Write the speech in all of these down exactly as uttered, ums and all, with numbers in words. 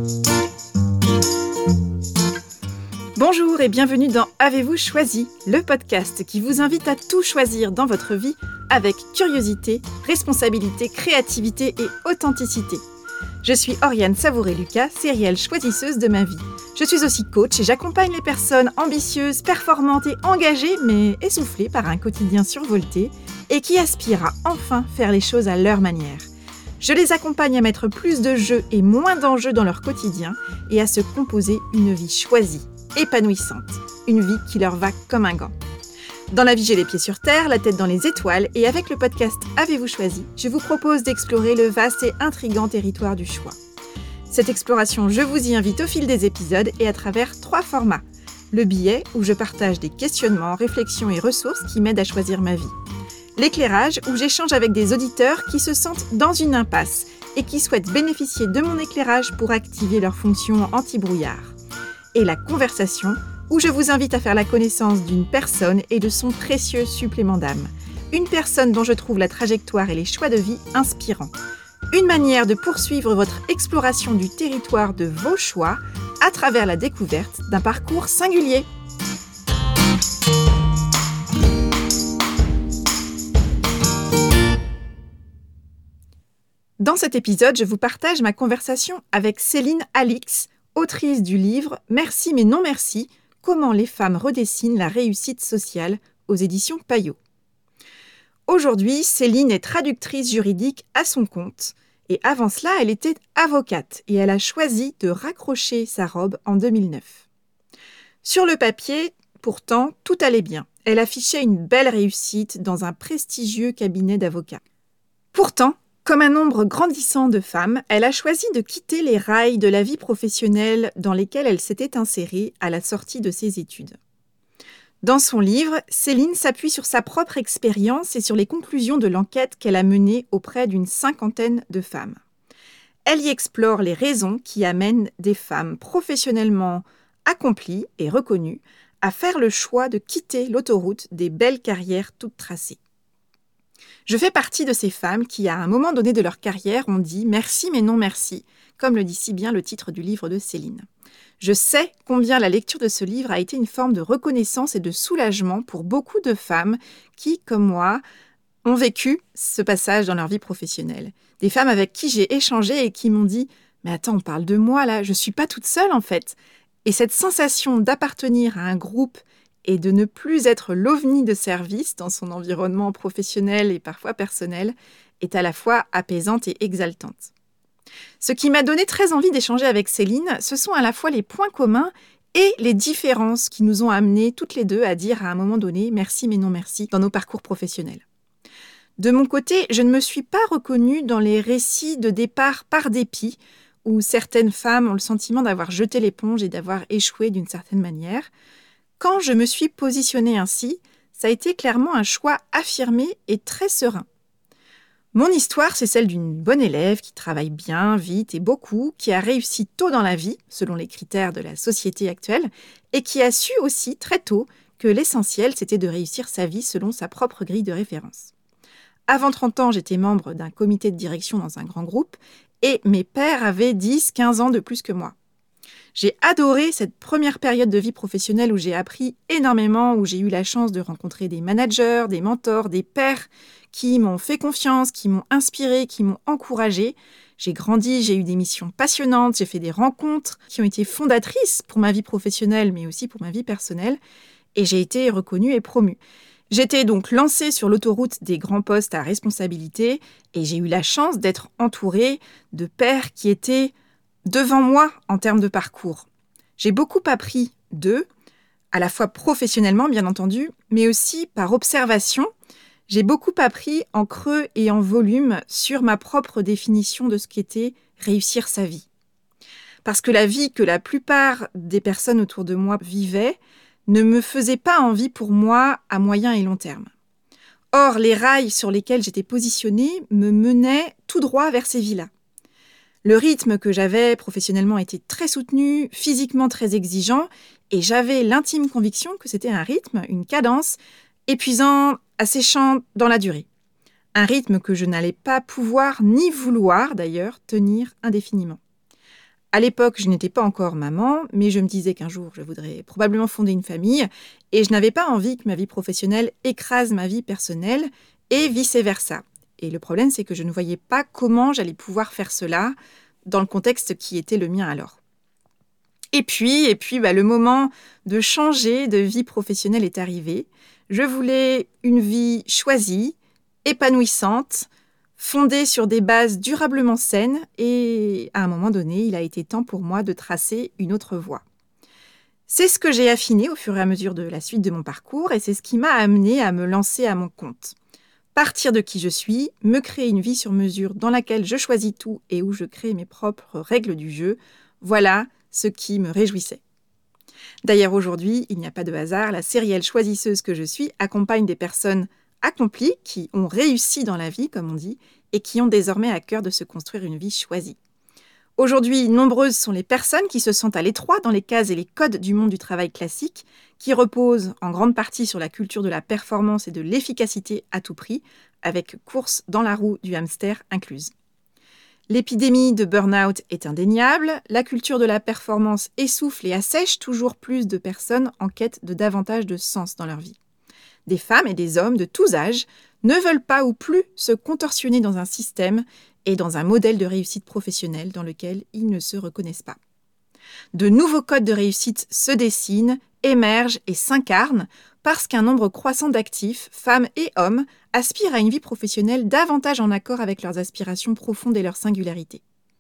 Bonjour et bienvenue dans Avez-vous choisi, le podcast qui vous invite à tout choisir dans votre vie avec curiosité, responsabilité, créativité et authenticité. Je suis Oriane Savouré-Lucas, sérielle choisisseuse de ma vie. Je suis aussi coach et j'accompagne les personnes ambitieuses, performantes et engagées, mais essoufflées par un quotidien survolté et qui aspirent à enfin faire les choses à leur manière. Je les accompagne à mettre plus de jeu et moins d'enjeux dans leur quotidien et à se composer une vie choisie, épanouissante, une vie qui leur va comme un gant. Dans la vie, j'ai les pieds sur terre, la tête dans les étoiles et avec le podcast Avez-vous choisi, je vous propose d'explorer le vaste et intrigant territoire du choix. Cette exploration, je vous y invite au fil des épisodes et à travers trois formats. Le billet, où je partage des questionnements, réflexions et ressources qui m'aident à choisir ma vie. L'éclairage, où j'échange avec des auditeurs qui se sentent dans une impasse et qui souhaitent bénéficier de mon éclairage pour activer leur fonction anti-brouillard. Et la conversation, où je vous invite à faire la connaissance d'une personne et de son précieux supplément d'âme. Une personne dont je trouve la trajectoire et les choix de vie inspirants. Une manière de poursuivre votre exploration du territoire de vos choix à travers la découverte d'un parcours singulier. Dans cet épisode, je vous partage ma conversation avec Céline Alix, autrice du livre « Merci mais non merci », comment les femmes redessinent la réussite sociale aux éditions Payot. Aujourd'hui, Céline est traductrice juridique à son compte et avant cela, elle était avocate et elle a choisi de raccrocher sa robe en deux mille neuf. Sur le papier, pourtant, tout allait bien. Elle affichait une belle réussite dans un prestigieux cabinet d'avocats. Pourtant, comme un nombre grandissant de femmes, elle a choisi de quitter les rails de la vie professionnelle dans lesquels elle s'était insérée à la sortie de ses études. Dans son livre, Céline s'appuie sur sa propre expérience et sur les conclusions de l'enquête qu'elle a menée auprès d'une cinquantaine de femmes. Elle y explore les raisons qui amènent des femmes professionnellement accomplies et reconnues à faire le choix de quitter l'autoroute des belles carrières toutes tracées. Je fais partie de ces femmes qui, à un moment donné de leur carrière, ont dit « merci mais non merci », comme le dit si bien le titre du livre de Céline. Je sais combien la lecture de ce livre a été une forme de reconnaissance et de soulagement pour beaucoup de femmes qui, comme moi, ont vécu ce passage dans leur vie professionnelle. Des femmes avec qui j'ai échangé et qui m'ont dit « mais attends, on parle de moi là, je suis pas toute seule en fait ». Et cette sensation d'appartenir à un groupe et de ne plus être l'ovni de service dans son environnement professionnel et parfois personnel, est à la fois apaisante et exaltante. Ce qui m'a donné très envie d'échanger avec Céline, ce sont à la fois les points communs et les différences qui nous ont amenés toutes les deux à dire à un moment donné « merci mais non merci » dans nos parcours professionnels. De mon côté, je ne me suis pas reconnue dans les récits de départ par dépit, où certaines femmes ont le sentiment d'avoir jeté l'éponge et d'avoir échoué d'une certaine manière. Quand je me suis positionnée ainsi, ça a été clairement un choix affirmé et très serein. Mon histoire, c'est celle d'une bonne élève qui travaille bien, vite et beaucoup, qui a réussi tôt dans la vie, selon les critères de la société actuelle, et qui a su aussi très tôt que l'essentiel, c'était de réussir sa vie selon sa propre grille de référence. Avant trente ans, j'étais membre d'un comité de direction dans un grand groupe, et mes pairs avaient dix à quinze ans de plus que moi. J'ai adoré cette première période de vie professionnelle où j'ai appris énormément, où j'ai eu la chance de rencontrer des managers, des mentors, des pairs qui m'ont fait confiance, qui m'ont inspiré, qui m'ont encouragé. J'ai grandi, j'ai eu des missions passionnantes, j'ai fait des rencontres qui ont été fondatrices pour ma vie professionnelle, mais aussi pour ma vie personnelle, et j'ai été reconnue et promue. J'étais donc lancée sur l'autoroute des grands postes à responsabilité, et j'ai eu la chance d'être entourée de pairs qui étaient devant moi en termes de parcours. J'ai beaucoup appris d'eux, à la fois professionnellement bien entendu, mais aussi par observation. J'ai beaucoup appris en creux et en volume sur ma propre définition de ce qu'était réussir sa vie. Parce que la vie que la plupart des personnes autour de moi vivaient ne me faisait pas envie pour moi à moyen et long terme. Or, les rails sur lesquels j'étais positionnée me menaient tout droit vers ces vies-là. Le rythme que j'avais professionnellement était très soutenu, physiquement très exigeant, et j'avais l'intime conviction que c'était un rythme, une cadence, épuisant, asséchant dans la durée. Un rythme que je n'allais pas pouvoir, ni vouloir d'ailleurs, tenir indéfiniment. À l'époque, je n'étais pas encore maman, mais je me disais qu'un jour, je voudrais probablement fonder une famille et je n'avais pas envie que ma vie professionnelle écrase ma vie personnelle et vice-versa. Et le problème, c'est que je ne voyais pas comment j'allais pouvoir faire cela dans le contexte qui était le mien alors. Et puis, et puis bah, le moment de changer de vie professionnelle est arrivé. Je voulais une vie choisie, épanouissante, fondée sur des bases durablement saines et à un moment donné, il a été temps pour moi de tracer une autre voie. C'est ce que j'ai affiné au fur et à mesure de la suite de mon parcours et c'est ce qui m'a amené à me lancer à mon compte. Partir de qui je suis, me créer une vie sur mesure dans laquelle je choisis tout et où je crée mes propres règles du jeu, voilà ce qui me réjouissait. D'ailleurs, aujourd'hui, il n'y a pas de hasard, la sérielle choisisseuse que je suis accompagne des personnes accomplies qui ont réussi dans la vie, comme on dit, et qui ont désormais à cœur de se construire une vie choisie. Aujourd'hui, nombreuses sont les personnes qui se sentent à l'étroit dans les cases et les codes du monde du travail classique, qui reposent en grande partie sur la culture de la performance et de l'efficacité à tout prix, avec course dans la roue du hamster incluse. L'épidémie de burn-out est indéniable, la culture de la performance essouffle et assèche toujours plus de personnes en quête de davantage de sens dans leur vie. Des femmes et des hommes de tous âges ne veulent pas ou plus se contorsionner dans un système et dans un modèle de réussite professionnelle dans lequel ils ne se reconnaissent pas. De nouveaux codes de réussite se dessinent, émergent et s'incarnent parce qu'un nombre croissant d'actifs, femmes et hommes, aspirent à une vie professionnelle davantage en accord avec leurs aspirations profondes et leur singularité.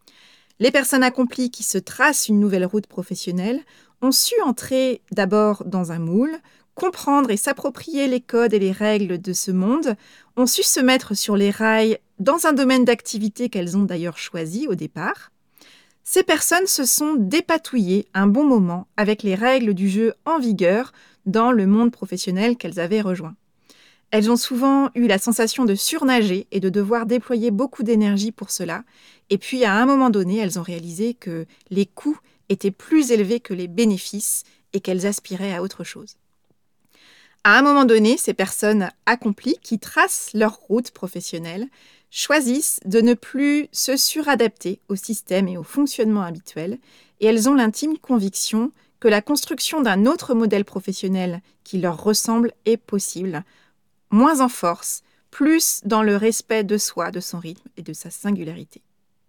Les personnes accomplies qui se tracent une nouvelle route professionnelle ont su entrer d'abord dans un moule, comprendre et s'approprier les codes et les règles de ce monde, ont su se mettre sur les rails dans un domaine d'activité qu'elles ont d'ailleurs choisi au départ. Ces personnes se sont dépatouillées un bon moment avec les règles du jeu en vigueur dans le monde professionnel qu'elles avaient rejoint. Elles ont souvent eu la sensation de surnager et de devoir déployer beaucoup d'énergie pour cela. Et puis, à un moment donné, elles ont réalisé que les coûts étaient plus élevés que les bénéfices et qu'elles aspiraient à autre chose. À un moment donné, ces personnes accomplies qui tracent leur route professionnelle choisissent de ne plus se suradapter au système et au fonctionnement habituel et elles ont l'intime conviction que la construction d'un autre modèle professionnel qui leur ressemble est possible, moins en force, plus dans le respect de soi, de son rythme et de sa singularité.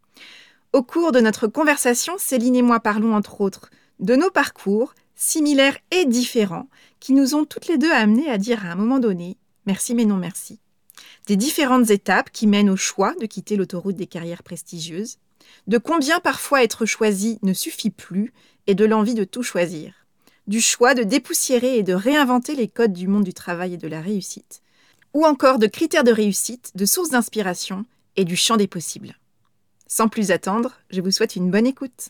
Au cours de notre conversation, Céline et moi parlons entre autres de nos parcours, similaires et différents, qui nous ont toutes les deux amenés à dire à un moment donné « merci mais non merci », des différentes étapes qui mènent au choix de quitter l'autoroute des carrières prestigieuses, de combien parfois être choisi ne suffit plus et de l'envie de tout choisir, du choix de dépoussiérer et de réinventer les codes du monde du travail et de la réussite, ou encore de critères de réussite, de sources d'inspiration et du champ des possibles. Sans plus attendre, je vous souhaite une bonne écoute.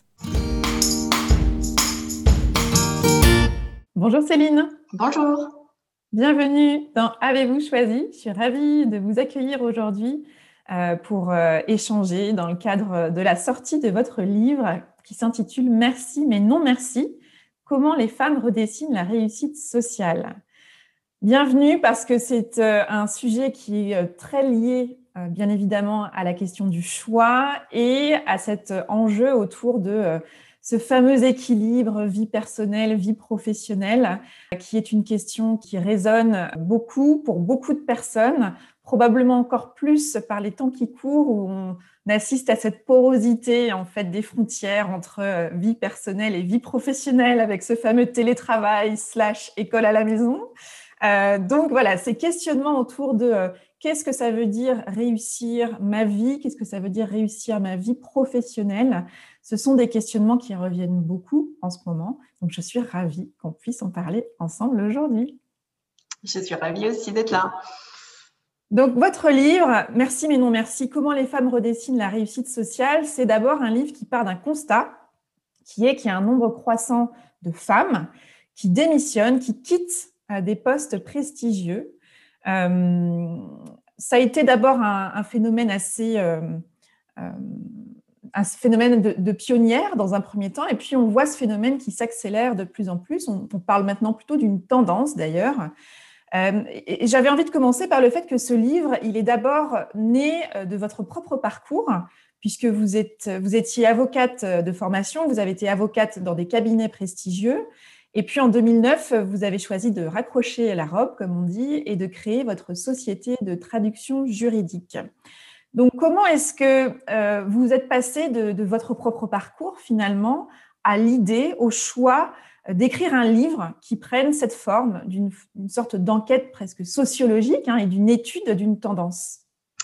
Bonjour Céline. Bonjour. Bienvenue dans Avez-vous choisi? Je suis ravie de vous accueillir aujourd'hui euh, pour euh, échanger dans le cadre de la sortie de votre livre qui s'intitule « Merci mais non merci. Comment les femmes redessinent la réussite sociale ». Bienvenue parce que c'est euh, un sujet qui est euh, très lié euh, bien évidemment à la question du choix et à cet euh, enjeu autour de euh, ce fameux équilibre vie personnelle, vie professionnelle, qui est une question qui résonne beaucoup pour beaucoup de personnes, probablement encore plus par les temps qui courent où on assiste à cette porosité en fait des frontières entre vie personnelle et vie professionnelle avec ce fameux télétravail slash école à la maison. Euh, donc voilà, ces questionnements autour de euh, qu'est-ce que ça veut dire réussir ma vie, qu'est-ce que ça veut dire réussir ma vie professionnelle, ce sont des questionnements qui reviennent beaucoup en ce moment. Donc je suis ravie qu'on puisse en parler ensemble aujourd'hui. Je suis ravie aussi d'être là. Donc votre livre, Merci mais non merci, comment les femmes redessinent la réussite sociale, c'est d'abord un livre qui part d'un constat, qui est qu'il y a un nombre croissant de femmes qui démissionnent, qui quittent des postes prestigieux. Euh, ça a été d'abord un, un phénomène assez, euh, euh, un phénomène de, de pionnière dans un premier temps, et puis on voit ce phénomène qui s'accélère de plus en plus. On, on parle maintenant plutôt d'une tendance d'ailleurs. Euh, et, et j'avais envie de commencer par le fait que ce livre, il est d'abord né de votre propre parcours, puisque vous, êtes, vous étiez avocate de formation, vous avez été avocate dans des cabinets prestigieux. Et puis, en deux mille neuf, vous avez choisi de raccrocher la robe, comme on dit, et de créer votre société de traduction juridique. Donc, comment est-ce que euh, vous êtes passé de, de votre propre parcours, finalement, à l'idée, au choix d'écrire un livre qui prenne cette forme d'une une sorte d'enquête presque sociologique hein, et d'une étude d'une tendance?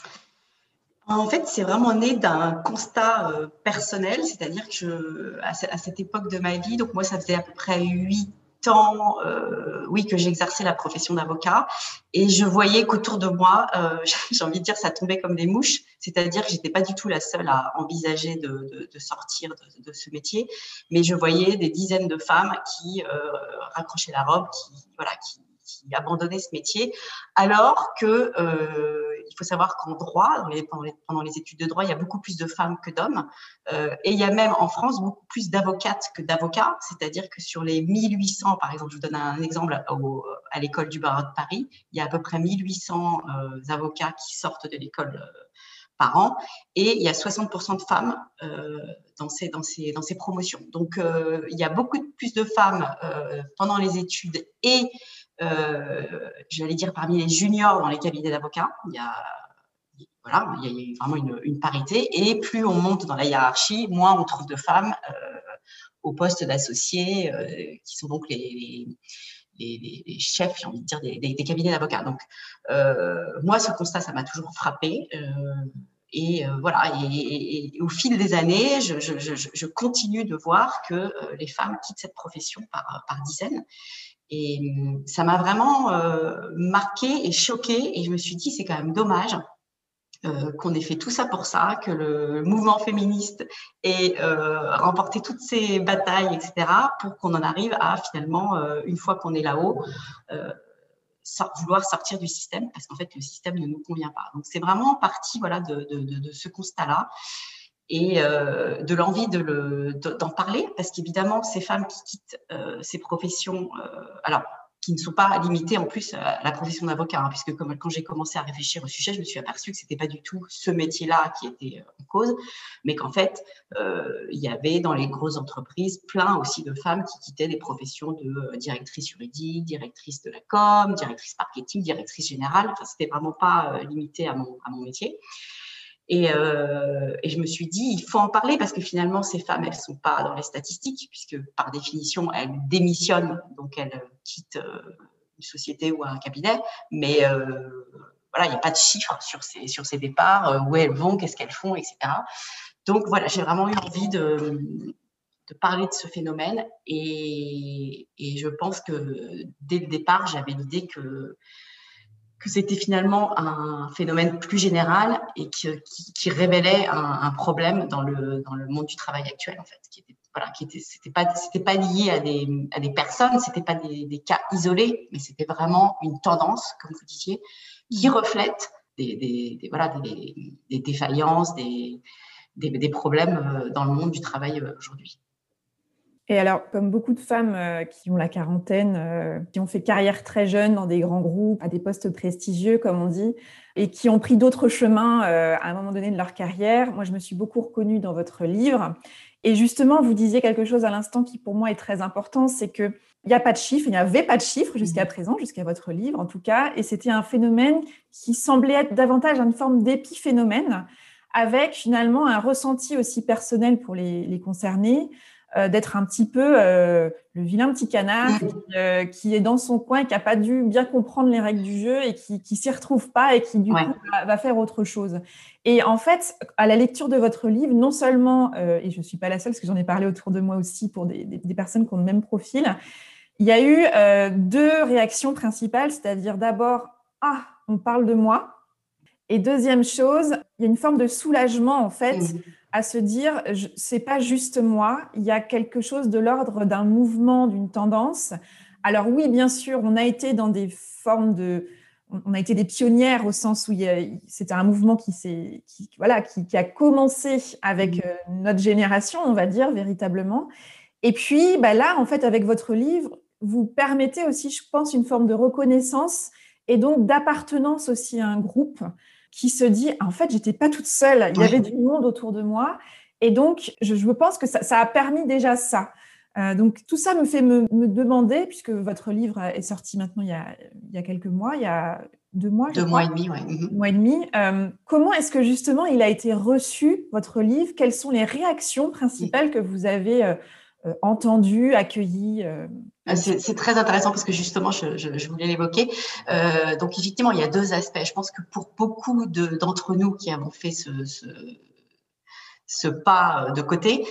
En fait, c'est vraiment né d'un constat euh, personnel, c'est-à-dire que je, à, ce- à cette époque de ma vie, donc moi, ça faisait à peu près huit ans, euh, oui, que j'exerçais la profession d'avocat, et je voyais qu'autour de moi, euh, j'ai envie de dire, ça tombait comme des mouches, c'est-à-dire que j'étais pas du tout la seule à envisager de, de, de sortir de, de ce métier, mais je voyais des dizaines de femmes qui euh, raccrochaient la robe, qui, voilà, qui, qui abandonnaient ce métier, alors que euh, il faut savoir qu'en droit, dans les, pendant, les, pendant les études de droit, il y a beaucoup plus de femmes que d'hommes. Euh, et il y a même en France beaucoup plus d'avocates que d'avocats. C'est-à-dire que sur les mille huit cents, par exemple, je vous donne un exemple, au, à l'école du barreau de Paris, il y a à peu près mille huit cents euh, avocats qui sortent de l'école euh, par an. Et il y a soixante pour cent de femmes euh, dans, ces, dans, ces, dans ces promotions. Donc, euh, il y a beaucoup plus de femmes euh, pendant les études et euh, j'allais dire parmi les juniors dans les cabinets d'avocats. Il y a, voilà, il y a vraiment une, une parité. Et plus on monte dans la hiérarchie, moins on trouve de femmes euh, au poste d'associés, euh, qui sont donc les, les, les, les chefs, j'ai envie de dire, des, des, des cabinets d'avocats. Donc, euh, moi, ce constat, ça m'a toujours frappé. Euh, et euh, voilà, et, et, et, au fil des années, je, je, je, je continue de voir que euh, les femmes quittent cette profession par, par dizaines. Et ça m'a vraiment euh, marquée et choquée. Et je me suis dit, c'est quand même dommage euh, qu'on ait fait tout ça pour ça, que le mouvement féministe ait euh, remporté toutes ces batailles, et cetera, pour qu'on en arrive à finalement, euh, une fois qu'on est là-haut, euh, sort, vouloir sortir du système, parce qu'en fait, le système ne nous convient pas. Donc, c'est vraiment parti voilà, de, de, de, de ce constat-là et euh, de l'envie de le, de, d'en parler, parce qu'évidemment, ces femmes qui quittent euh, ces professions, euh, alors, qui ne sont pas limitées en plus à la profession d'avocat, hein, puisque comme, quand j'ai commencé à réfléchir au sujet, je me suis aperçue que c'était pas du tout ce métier-là qui était en cause, mais qu'en fait, euh, il y avait dans les grosses entreprises plein aussi de femmes qui quittaient des professions de directrice juridique, directrice de la com, directrice marketing, directrice générale. Enfin, c'était vraiment pas euh, limité à mon, à mon métier. Et, euh, et je me suis dit, il faut en parler parce que finalement, ces femmes, elles ne sont pas dans les statistiques puisque par définition, elles démissionnent, donc elles quittent euh, une société ou un cabinet. Mais euh, voilà, il n'y a pas de chiffres sur ces, sur ces départs, euh, où elles vont, qu'est-ce qu'elles font, et cetera. Donc voilà, j'ai vraiment eu envie de, de parler de ce phénomène et, et je pense que dès le départ, j'avais l'idée que que c'était finalement un phénomène plus général et que, qui, qui révélait un, un problème dans le, dans le monde du travail actuel, en fait, qui était, voilà, qui était, c'était pas, c'était pas lié à des, à des personnes, c'était pas des, des cas isolés, mais c'était vraiment une tendance, comme vous disiez, qui reflète des, des, des voilà, des, des défaillances, des, des, des problèmes dans le monde du travail aujourd'hui. Et alors, comme beaucoup de femmes euh, qui ont la quarantaine, euh, qui ont fait carrière très jeune dans des grands groupes, à des postes prestigieux, comme on dit, et qui ont pris d'autres chemins euh, à un moment donné de leur carrière, moi, je me suis beaucoup reconnue dans votre livre. Et justement, vous disiez quelque chose à l'instant qui, pour moi, est très important, c'est qu'il n'y a pas de chiffres, il n'y avait pas de chiffres jusqu'à présent, jusqu'à votre livre en tout cas, et c'était un phénomène qui semblait être davantage une forme d'épiphénomène, avec finalement un ressenti aussi personnel pour les, les concernés, Euh, d'être un petit peu euh, le vilain petit canard qui, euh, qui est dans son coin et qui n'a pas dû bien comprendre les règles du jeu et qui ne s'y retrouve pas et qui, du ouais. coup, va, va faire autre chose. Et en fait, à la lecture de votre livre, non seulement, euh, et je ne suis pas la seule, parce que j'en ai parlé autour de moi aussi pour des, des, des personnes qui ont le même profil, il y a eu euh, deux réactions principales, c'est-à-dire d'abord, ah, on parle de moi. Et deuxième chose, il y a une forme de soulagement, en fait, mmh. à se dire, je, c'est pas juste moi, il y a quelque chose de l'ordre d'un mouvement, d'une tendance. Alors oui, bien sûr, on a été dans des formes de... On a été des pionnières au sens où il y a, c'était un mouvement qui, s'est, qui, voilà, qui, qui a commencé avec euh, notre génération, on va dire, véritablement. Et puis, bah là, en fait, avec votre livre, vous permettez aussi, je pense, une forme de reconnaissance et donc d'appartenance aussi à un groupe qui se dit, en fait, j'étais pas toute seule, il y Oui. avait du monde autour de moi. Et donc, je, je pense que ça, ça a permis déjà ça. Euh, donc, tout ça me fait me, me demander, puisque votre livre est sorti maintenant il y a, il y a quelques mois, il y a deux mois, je Deux mois crois. et demi, oui. Deux mois et demi. Euh, comment est-ce que justement il a été reçu, votre livre? Quelles sont les réactions principales que vous avez euh, euh, entendues, accueillies euh, C'est, c'est très intéressant parce que justement, je, je, je voulais l'évoquer. Euh, donc, effectivement, il y a deux aspects. Je pense que pour beaucoup de, d'entre nous qui avons fait ce, ce, ce pas de côté,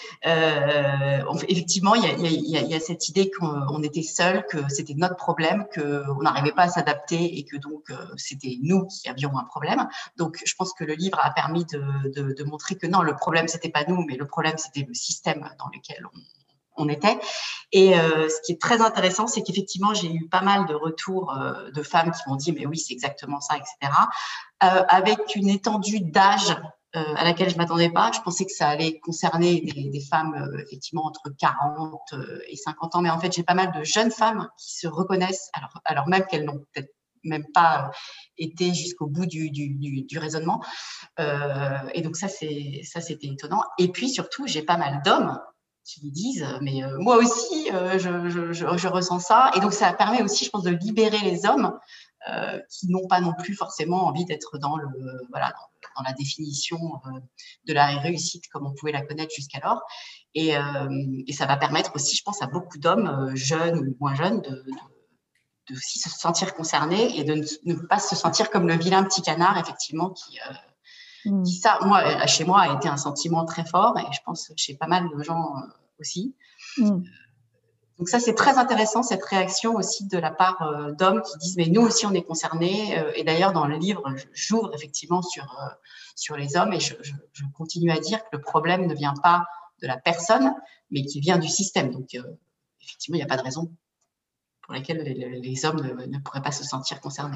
euh, on, effectivement, il y, a, il, y a, il y a cette idée qu'on était seul, que c'était notre problème, qu'on n'arrivait pas à s'adapter et que donc euh, c'était nous qui avions un problème. Donc, je pense que le livre a permis de, de, de montrer que non, le problème, c'était pas nous, mais le problème, c'était le système dans lequel on on était. Et euh, ce qui est très intéressant, c'est qu'effectivement, j'ai eu pas mal de retours euh, de femmes qui m'ont dit, mais oui, c'est exactement ça, et cetera. Euh, avec une étendue d'âge euh, à laquelle je m'attendais pas. Je pensais que ça allait concerner des, des femmes euh, effectivement entre quarante et cinquante ans, mais en fait, j'ai pas mal de jeunes femmes qui se reconnaissent, alors, alors même qu'elles n'ont peut-être même pas été jusqu'au bout du, du, du, du raisonnement. Euh, et donc ça, c'est, ça, c'était étonnant. Et puis surtout, j'ai pas mal d'hommes qui disent mais euh, moi aussi euh, je, je, je, je ressens ça, et donc ça permet aussi, je pense, de libérer les hommes euh, qui n'ont pas non plus forcément envie d'être dans le voilà dans, dans la définition euh, de la réussite comme on pouvait la connaître jusqu'alors, et, euh, et ça va permettre aussi, je pense, à beaucoup d'hommes euh, jeunes ou moins jeunes de, de de aussi se sentir concernés et de ne, ne pas se sentir comme le vilain petit canard, effectivement, qui euh, Mmh. qui ça, moi, chez moi, a été un sentiment très fort, et je pense chez pas mal de gens euh, aussi. Mmh. Donc ça, c'est très intéressant, cette réaction aussi de la part euh, d'hommes qui disent, mais nous aussi, on est concernés. Euh, et d'ailleurs, dans le livre, j'ouvre effectivement sur, euh, sur les hommes, et je, je, je continue à dire que le problème ne vient pas de la personne, mais qui vient du système. Donc, euh, effectivement, il n'y a pas de raison pour laquelle les, les hommes ne, ne pourraient pas se sentir concernés.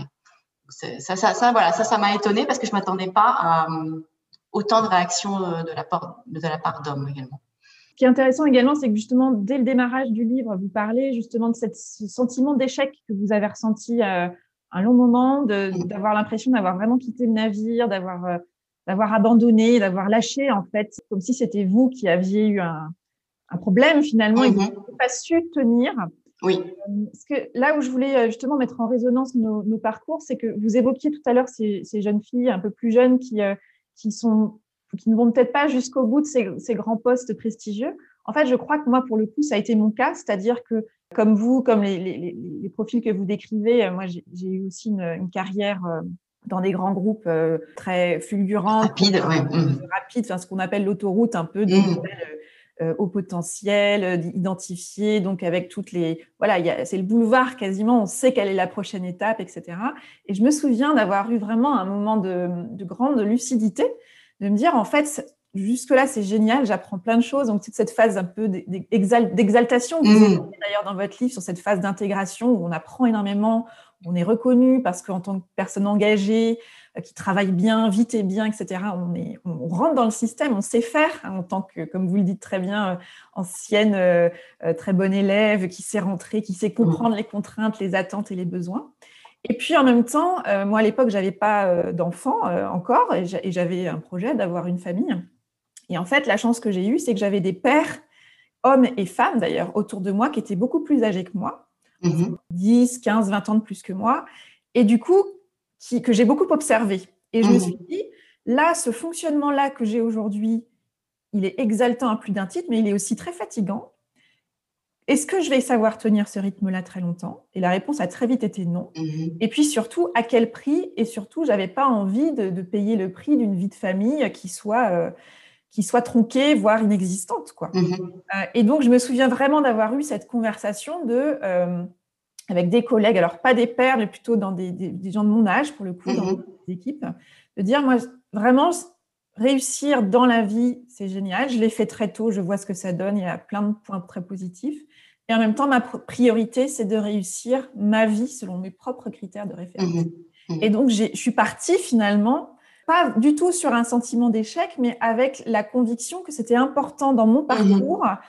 Ça, ça, ça, voilà, ça, ça m'a étonnée parce que je ne m'attendais pas à euh, autant de réactions de la part, de la part d'hommes également. Ce qui est intéressant également, c'est que justement, dès le démarrage du livre, vous parlez justement de cette, ce sentiment d'échec que vous avez ressenti euh, un long moment, de, mmh. d'avoir l'impression d'avoir vraiment quitté le navire, d'avoir, euh, d'avoir abandonné, d'avoir lâché, en fait, comme si c'était vous qui aviez eu un, un problème finalement, mmh. et que vous n'avez pas su tenir. Oui. Parce que là où je voulais justement mettre en résonance nos, nos parcours, c'est que vous évoquiez tout à l'heure ces, ces jeunes filles un peu plus jeunes qui, euh, qui, sont, qui ne vont peut-être pas jusqu'au bout de ces, ces grands postes prestigieux. En fait, je crois que moi, pour le coup, ça a été mon cas, c'est-à-dire que comme vous, comme les, les, les profils que vous décrivez, moi, j'ai, j'ai eu aussi une, une carrière euh, dans des grands groupes euh, très fulgurants, rapide, ouais. mmh. rapide, enfin, ce qu'on appelle l'autoroute un peu des mmh. nouvelles, Euh, au potentiel, euh, identifié, donc avec toutes les... Voilà, y a, c'est le boulevard quasiment, on sait quelle est la prochaine étape, et cetera. Et je me souviens d'avoir eu vraiment un moment de, de grande lucidité, de me dire, en fait, jusque-là, c'est génial, j'apprends plein de choses. Donc, toute cette phase un peu d'exaltation, vous évoquez mmh. d'ailleurs dans votre livre, sur cette phase d'intégration où on apprend énormément, on est reconnu parce qu'en tant que personne engagée, qui travaille bien, vite et bien, et cetera, on, est, on rentre dans le système, on sait faire, hein, en tant que, comme vous le dites très bien, euh, ancienne, euh, très bonne élève, qui sait rentrer, qui sait comprendre mmh. les contraintes, les attentes et les besoins. Et puis, en même temps, euh, moi, à l'époque, je n'avais pas euh, d'enfant euh, encore, et, et j'avais un projet d'avoir une famille. Et en fait, la chance que j'ai eue, c'est que j'avais des pères, hommes et femmes d'ailleurs, autour de moi, qui étaient beaucoup plus âgés que moi, mmh. dix, quinze, vingt ans de plus que moi. Et du coup, Qui, que j'ai beaucoup observé. Et je mmh. me suis dit, là, ce fonctionnement-là que j'ai aujourd'hui, il est exaltant à plus d'un titre, mais il est aussi très fatigant. Est-ce que je vais savoir tenir ce rythme-là très longtemps? Et la réponse a très vite été non. Mmh. Et puis surtout, à quel prix? Et surtout, je n'avais pas envie de, de payer le prix d'une vie de famille qui soit, euh, qui soit tronquée, voire inexistante, quoi. Mmh. Euh, et donc, je me souviens vraiment d'avoir eu cette conversation de... Euh, avec des collègues, alors pas des pairs, mais plutôt dans des, des, des gens de mon âge, pour le coup, mmh. dans des équipes, de dire, moi, vraiment, réussir dans la vie, c'est génial. Je l'ai fait très tôt, je vois ce que ça donne, il y a plein de points très positifs. Et en même temps, ma priorité, c'est de réussir ma vie selon mes propres critères de référence. Mmh. Mmh. Et donc, j'ai, je suis partie finalement, pas du tout sur un sentiment d'échec, mais avec la conviction que c'était important dans mon parcours mmh.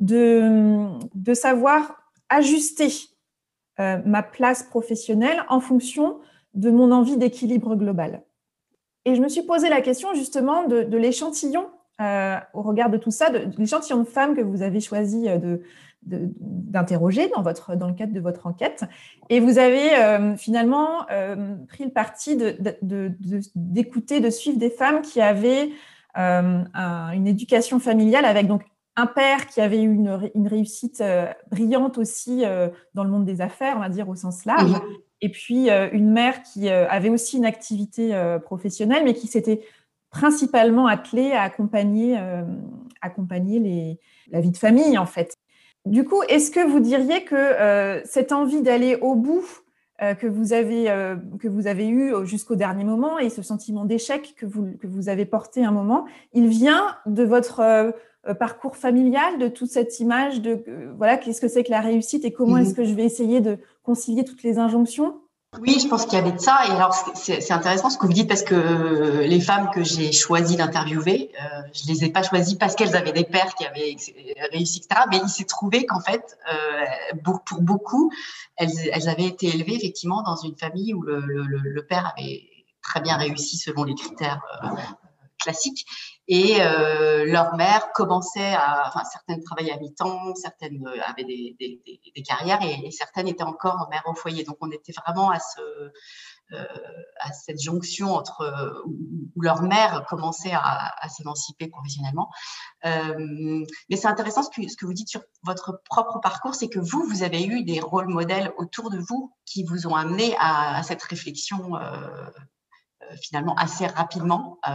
de, de savoir ajuster Euh, ma place professionnelle en fonction de mon envie d'équilibre global. Et je me suis posé la question justement de, de l'échantillon, euh, au regard de tout ça, de, de l'échantillon de femmes que vous avez choisi de, de, d'interroger dans, votre, dans le cadre de votre enquête. Et vous avez euh, finalement euh, pris le parti de, de, de, de, d'écouter, de suivre des femmes qui avaient euh, un, une éducation familiale avec donc un père qui avait eu une, une réussite euh, brillante aussi euh, dans le monde des affaires, on va dire au sens large. Mmh. Et puis, euh, une mère qui euh, avait aussi une activité euh, professionnelle, mais qui s'était principalement attelée à accompagner, euh, accompagner les, la vie de famille, en fait. Du coup, est-ce que vous diriez que euh, cette envie d'aller au bout euh, que vous avez, euh, que vous avez eu jusqu'au dernier moment et ce sentiment d'échec que vous, que vous avez porté un moment, il vient de votre euh, parcours familial, de toute cette image de euh, voilà, qu'est-ce que c'est que la réussite et comment mmh. est-ce que je vais essayer de concilier toutes les injonctions? Oui, je pense qu'il y avait de ça. Et alors, c'est, c'est intéressant ce que vous dites parce que les femmes que j'ai choisi d'interviewer, euh, je les ai pas choisies parce qu'elles avaient des pères qui avaient réussi, et cetera. Mais il s'est trouvé qu'en fait, euh, pour beaucoup, elles, elles avaient été élevées effectivement dans une famille où le, le, le père avait très bien réussi selon les critères euh, classiques. Et euh, leur mère commençait à, enfin certaines travaillaient à mi-temps, certaines avaient des, des, des, des carrières et, et certaines étaient encore mères au foyer. Donc on était vraiment à ce, euh, à cette jonction entre euh, où, où leur mère commençait à, à s'émanciper professionnellement. Euh, mais c'est intéressant ce que, ce que vous dites sur votre propre parcours, c'est que vous, vous avez eu des rôles modèles autour de vous qui vous ont amené à, à cette réflexion. Euh, finalement assez rapidement, euh,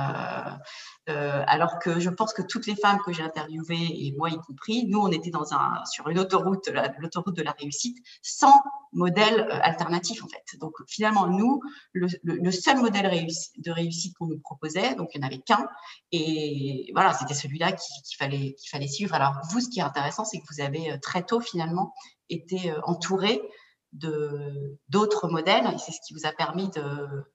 euh, alors que je pense que toutes les femmes que j'ai interviewées, et moi y compris, nous, on était dans un, sur une autoroute, la, l'autoroute de la réussite, sans modèle euh, alternatif, en fait. Donc, finalement, nous, le, le, le seul modèle réussi, de réussite qu'on nous proposait, donc il n'y en avait qu'un, et voilà, c'était celui-là qu'il, qu'il, fallait, qu'il fallait suivre. Alors, vous, ce qui est intéressant, c'est que vous avez très tôt, finalement, été euh, entouré de, d'autres modèles, et c'est ce qui vous a permis de,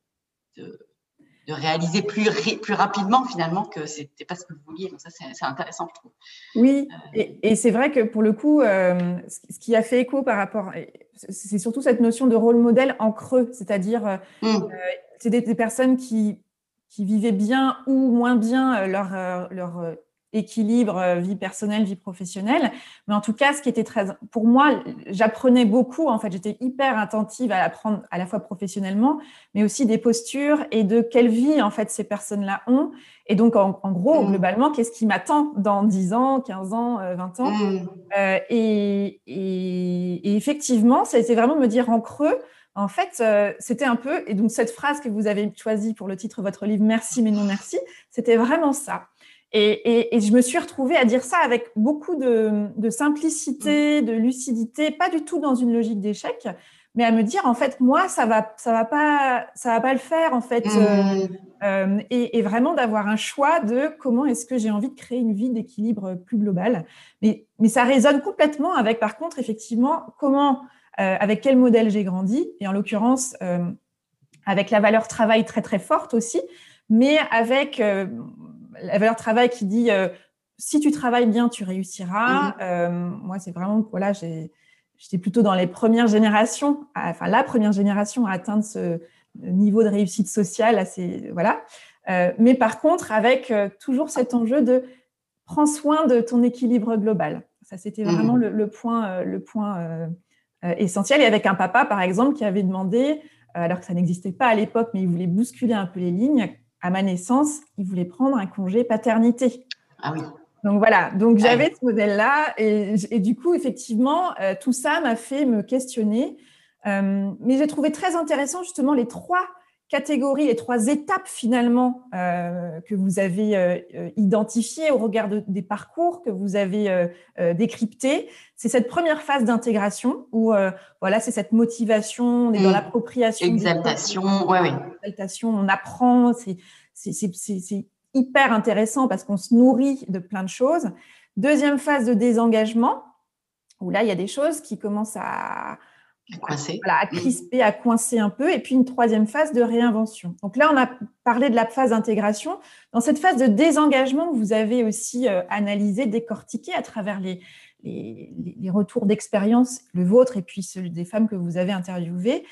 de de réaliser plus, plus rapidement finalement que c'était pas ce que vous vouliez. Donc ça, c'est, c'est intéressant, je trouve. Oui, et, et c'est vrai que pour le coup, euh, ce qui a fait écho par rapport, c'est surtout cette notion de rôle modèle en creux, c'est-à-dire euh, mm. euh, c'est des, des personnes qui, qui vivaient bien ou moins bien leur, euh, leur équilibre euh, vie personnelle, vie professionnelle. Mais en tout cas, ce qui était très, pour moi, j'apprenais beaucoup. En fait, j'étais hyper attentive à apprendre à la fois professionnellement, mais aussi des postures et de quelle vie en fait ces personnes-là ont. Et donc, en, en gros, mmh. globalement, qu'est-ce qui m'attend dans dix ans, quinze ans, vingt ans mmh. euh, et, et, et effectivement, ça a été vraiment de me dire en creux. En fait, euh, c'était un peu, et donc cette phrase que vous avez choisie pour le titre de votre livre, Merci mais non merci, c'était vraiment ça. Et, et, et je me suis retrouvée à dire ça avec beaucoup de, de simplicité, de lucidité, pas du tout dans une logique d'échec, mais à me dire, en fait, moi, ça va, ça va pas, ça va pas le faire, en fait. Mmh. Euh, euh, et, et vraiment d'avoir un choix de comment est-ce que j'ai envie de créer une vie d'équilibre plus globale. Mais, mais ça résonne complètement avec, par contre, effectivement, comment, euh, avec quel modèle j'ai grandi, et en l'occurrence, euh, avec la valeur travail très, très forte aussi, mais avec... Euh, la valeur travail qui dit euh, si tu travailles bien, tu réussiras. Mmh. Euh, moi, c'est vraiment, voilà, j'ai, j'étais plutôt dans les premières générations, à, enfin la première génération à atteindre ce niveau de réussite sociale. Assez, voilà. Euh, mais par contre, avec euh, toujours cet enjeu de prends soin de ton équilibre global. Ça, c'était vraiment mmh. le, le point, euh, le point euh, euh, essentiel. Et avec un papa, par exemple, qui avait demandé, euh, alors que ça n'existait pas à l'époque, mais il voulait bousculer un peu les lignes. À ma naissance, il voulait prendre un congé paternité. Ah oui. Donc voilà, donc j'avais ouais. ce modèle-là et, et du coup, effectivement, euh, tout ça m'a fait me questionner. Euh, mais j'ai trouvé très intéressant justement les trois catégories, les trois étapes finalement euh, que vous avez euh, identifiées au regard de, des parcours que vous avez euh, euh, décryptés. C'est cette première phase d'intégration où euh, voilà, c'est cette motivation, on est mmh. dans l'appropriation. Exaltation, ouais, oui. Exaltation, on apprend, c'est, c'est, c'est, c'est, c'est hyper intéressant parce qu'on se nourrit de plein de choses. Deuxième phase de désengagement, où là, il y a des choses qui commencent à... Coincé. Voilà, à crisper, à coincer un peu. Et puis, une troisième phase de réinvention. Donc là, on a parlé de la phase d'intégration. Dans cette phase de désengagement, vous avez aussi euh, analysé, décortiqué à travers les, les, les retours d'expérience, le vôtre et puis ceux des femmes que vous avez interviewées.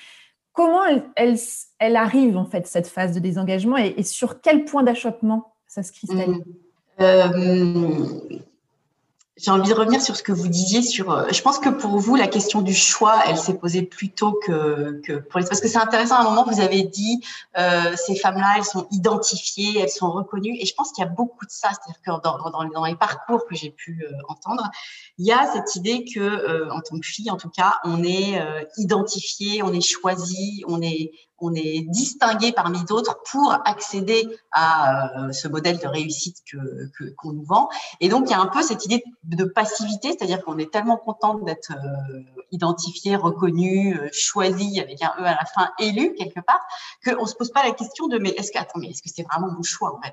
comment elle, elle, elle arrive, en fait, cette phase de désengagement et, et sur quel point d'achoppement ça se cristallise? Mmh. Euh, J'ai envie de revenir sur ce que vous disiez sur. Euh, je pense que pour vous, la question du choix, elle s'est posée plus tôt que, que pour les. Parce que c'est intéressant, à un moment, vous avez dit euh, ces femmes-là, elles sont identifiées, elles sont reconnues. Et je pense qu'il y a beaucoup de ça. C'est-à-dire que dans, dans, dans les parcours que j'ai pu euh, entendre, il y a cette idée que, euh, en tant que fille, en tout cas, on est euh, identifié, on est choisi, on est, on est distingué parmi d'autres pour accéder à euh, ce modèle de réussite que, que, qu'on nous vend. Et donc, il y a un peu cette idée de passivité, c'est-à-dire qu'on est tellement contente d'être euh, identifié, reconnu, euh, choisi, avec un E à la fin, élu quelque part, qu'on ne se pose pas la question de mais est-ce que, attends, mais est-ce que c'est vraiment mon choix en fait?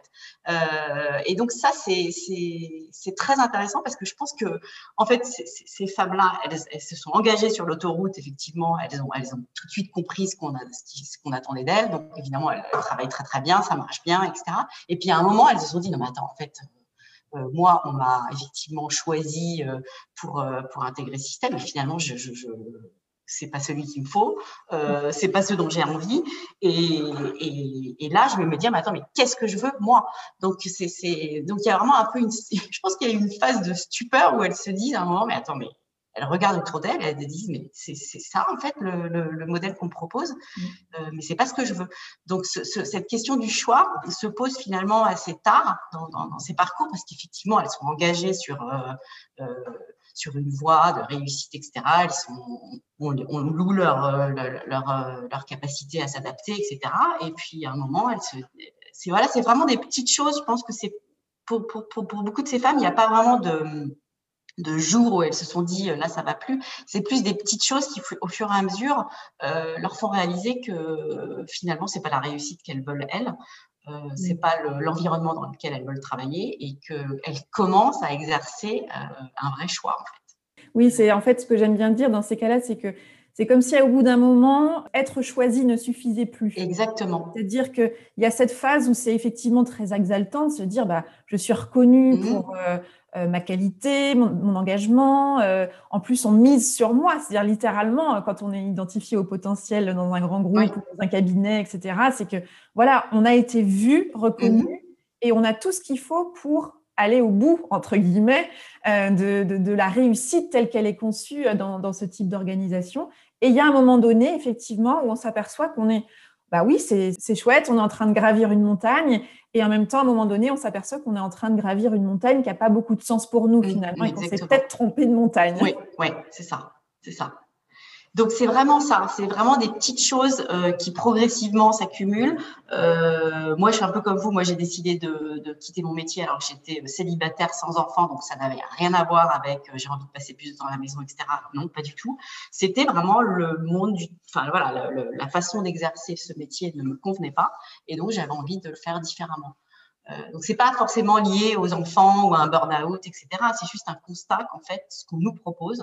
euh, Et donc ça, c'est, c'est, c'est très intéressant parce que je pense que en fait, ces, ces femmes-là, elles, elles se sont engagées sur l'autoroute, effectivement, elles ont, elles ont tout de suite compris ce qu'on, a, ce qu'on attendait d'elles, donc évidemment, elles, elles travaillent très très bien, ça marche bien, et cetera. Et puis à un moment, elles se sont dit non mais attends, en fait, Euh, moi, on m'a effectivement choisi euh, pour, euh, pour intégrer ce système, mais finalement, je, je, je c'est pas celui qu'il me faut, euh, c'est pas ce dont j'ai envie. Et, et, et là, je vais me dire, mais attends, mais qu'est-ce que je veux moi? Donc, c'est, c'est, donc il y a vraiment un peu une, je pense qu'il y a une phase de stupeur où elles se disent à un moment, mais attends, mais elles regardent autour d'elles, elles se disent, mais c'est, c'est ça en fait le, le, le modèle qu'on me propose. Euh, mais c'est pas ce que je veux. Donc, ce, ce, cette question du choix se pose finalement assez tard dans, dans, dans ces parcours parce qu'effectivement, elles sont engagées sur, euh, euh, sur une voie de réussite, et cetera. Elles sont, on, on loue leur, leur, leur, leur capacité à s'adapter, et cetera. Et puis, à un moment, elles se, c'est, voilà, c'est vraiment des petites choses. Je pense que c'est pour, pour, pour, pour beaucoup de ces femmes, il n'y a pas vraiment de de jours où elles se sont dit là ça va plus, c'est plus des petites choses qui au fur et à mesure euh, leur font réaliser que euh, finalement c'est pas la réussite qu'elles veulent elles, euh, c'est pas le, l'environnement dans lequel elles veulent travailler et qu'elles commencent à exercer euh, un vrai choix en fait. Oui, c'est en fait ce que j'aime bien dire dans ces cas-là, c'est que c'est comme si au bout d'un moment, être choisi ne suffisait plus. Exactement. C'est-à-dire qu'il y a cette phase où c'est effectivement très exaltant de se dire bah, je suis reconnue mmh. pour euh, euh, ma qualité, mon, mon engagement. Euh, en plus, on mise sur moi. C'est-à-dire littéralement, quand on est identifié au potentiel dans un grand groupe, oui. ou dans un cabinet, et cetera, c'est que voilà, on a été vu, reconnu mmh. et on a tout ce qu'il faut pour aller au bout, entre guillemets, euh, de, de, de la réussite telle qu'elle est conçue dans, dans ce type d'organisation. Et il y a un moment donné, effectivement, où on s'aperçoit qu'on est, bah oui, c'est, c'est chouette, on est en train de gravir une montagne, et en même temps, à un moment donné, on s'aperçoit qu'on est en train de gravir une montagne qui n'a pas beaucoup de sens pour nous, finalement, mmh, et qu'on s'est peut-être trompé de montagne. Oui, oui, c'est ça, c'est ça. Donc, c'est vraiment ça. C'est vraiment des petites choses euh, qui progressivement s'accumulent. Euh, moi, je suis un peu comme vous. Moi, j'ai décidé de, de quitter mon métier alors que j'étais célibataire sans enfant. Donc, ça n'avait rien à voir avec euh, j'ai envie de passer plus de temps à la maison, et cetera. Non, pas du tout. C'était vraiment le monde du… Enfin, voilà, le, le, la façon d'exercer ce métier ne me convenait pas. Et donc, j'avais envie de le faire différemment. Euh, donc, c'est pas forcément lié aux enfants ou à un burn-out, et cetera. C'est juste un constat qu'en fait, ce qu'on nous propose,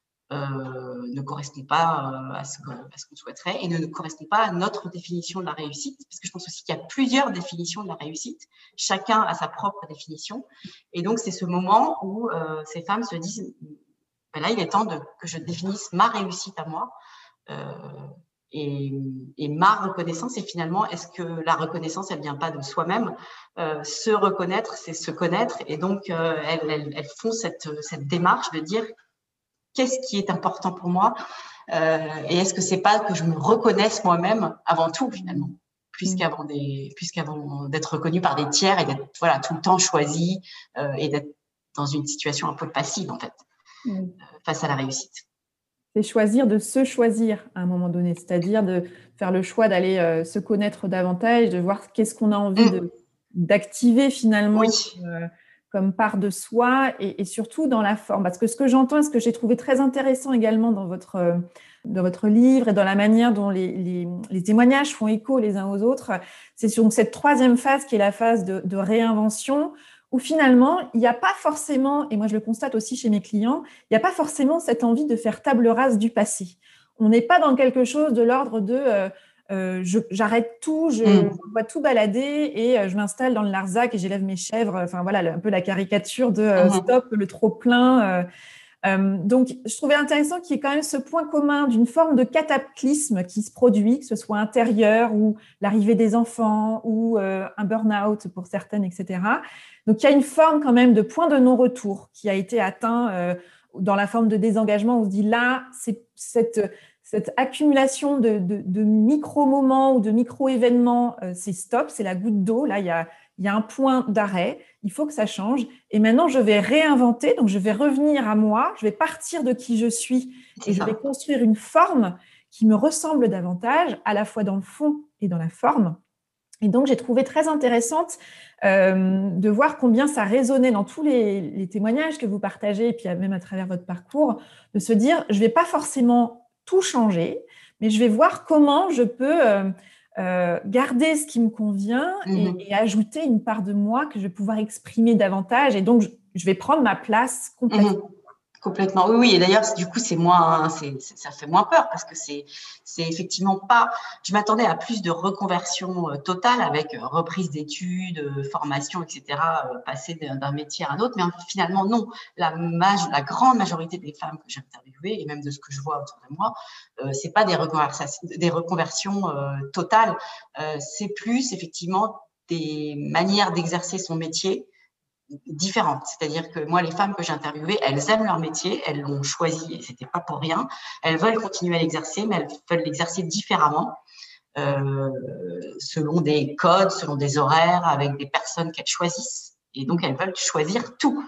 Euh, ne correspond pas euh, à, ce que, à ce qu'on souhaiterait et ne, ne correspond pas à notre définition de la réussite, parce que je pense aussi qu'il y a plusieurs définitions de la réussite, chacun a sa propre définition, et donc c'est ce moment où euh, ces femmes se disent ben là il est temps de, que je définisse ma réussite à moi, euh, et, et ma reconnaissance, et finalement est-ce que la reconnaissance elle vient pas de soi-même, euh, se reconnaître c'est se connaître, et donc euh, elles, elles, elles font cette, cette démarche de dire qu'est-ce qui est important pour moi, euh, et est-ce que c'est pas que je me reconnaisse moi-même avant tout finalement, puisqu'avant des, puisqu'avant d'être reconnue par des tiers et d'être voilà tout le temps choisie euh, et d'être dans une situation un peu passive en fait mmh. euh, face à la réussite. C'est choisir de se choisir à un moment donné, c'est-à-dire de faire le choix d'aller euh, se connaître davantage, de voir qu'est-ce qu'on a envie mmh. de, d'activer finalement. Oui. Euh, comme part de soi et, et surtout dans la forme. Parce que ce que j'entends et ce que j'ai trouvé très intéressant également dans votre, euh, dans votre livre et dans la manière dont les, les, les témoignages font écho les uns aux autres, c'est sur cette troisième phase qui est la phase de, de réinvention où finalement, il n'y a pas forcément, et moi je le constate aussi chez mes clients, il n'y a pas forcément cette envie de faire table rase du passé. On n'est pas dans quelque chose de l'ordre de… Euh, Euh, je, j'arrête tout, je mmh. vois tout balader et euh, je m'installe dans le Larzac et j'élève mes chèvres. Enfin voilà, un peu la caricature de euh, mmh. stop le trop plein. Euh, Euh, donc, je trouvais intéressant qu'il y ait quand même ce point commun d'une forme de cataclysme qui se produit, que ce soit intérieur ou l'arrivée des enfants ou euh, un burn-out pour certaines, et cetera. Donc, il y a une forme quand même de point de non-retour qui a été atteint euh, dans la forme de désengagement. On se dit là, c'est cette, cette accumulation de, de, de micro-moments ou de micro-événements, euh, c'est stop, c'est la goutte d'eau. Là, il y a, il y a un point d'arrêt. Il faut que ça change. Et maintenant, je vais réinventer. Donc, je vais revenir à moi. Je vais partir de qui je suis et je vais construire une forme qui me ressemble davantage, à la fois dans le fond et dans la forme. Et donc, j'ai trouvé très intéressante euh, de voir combien ça résonnait dans tous les, les témoignages que vous partagez, et puis même à travers votre parcours, de se dire, je ne vais pas forcément tout changer, mais je vais voir comment je peux euh, euh, garder ce qui me convient et, mmh. et ajouter une part de moi que je vais pouvoir exprimer davantage. Et donc, je, je vais prendre ma place complètement. Mmh. Complètement, oui, oui. Et d'ailleurs, du coup, c'est moins, c'est, ça fait moins peur parce que c'est, c'est effectivement pas. Je m'attendais à plus de reconversion euh, totale avec euh, reprise d'études, euh, formation, et cetera. Euh, passer d'un, d'un métier à un autre, mais finalement non. La, maj- la grande majorité des femmes que j'ai interviewées et même de ce que je vois autour de moi, euh, c'est pas des reconversions, des reconversions euh, totales. Euh, c'est plus effectivement des manières d'exercer son métier différentes. C'est-à-dire que moi, les femmes que j'ai interviewées, elles aiment leur métier, elles l'ont choisi et c'était pas pour rien. Elles veulent continuer à l'exercer, mais elles veulent l'exercer différemment, euh, selon des codes, selon des horaires, avec des personnes qu'elles choisissent. Et donc, elles veulent choisir tout.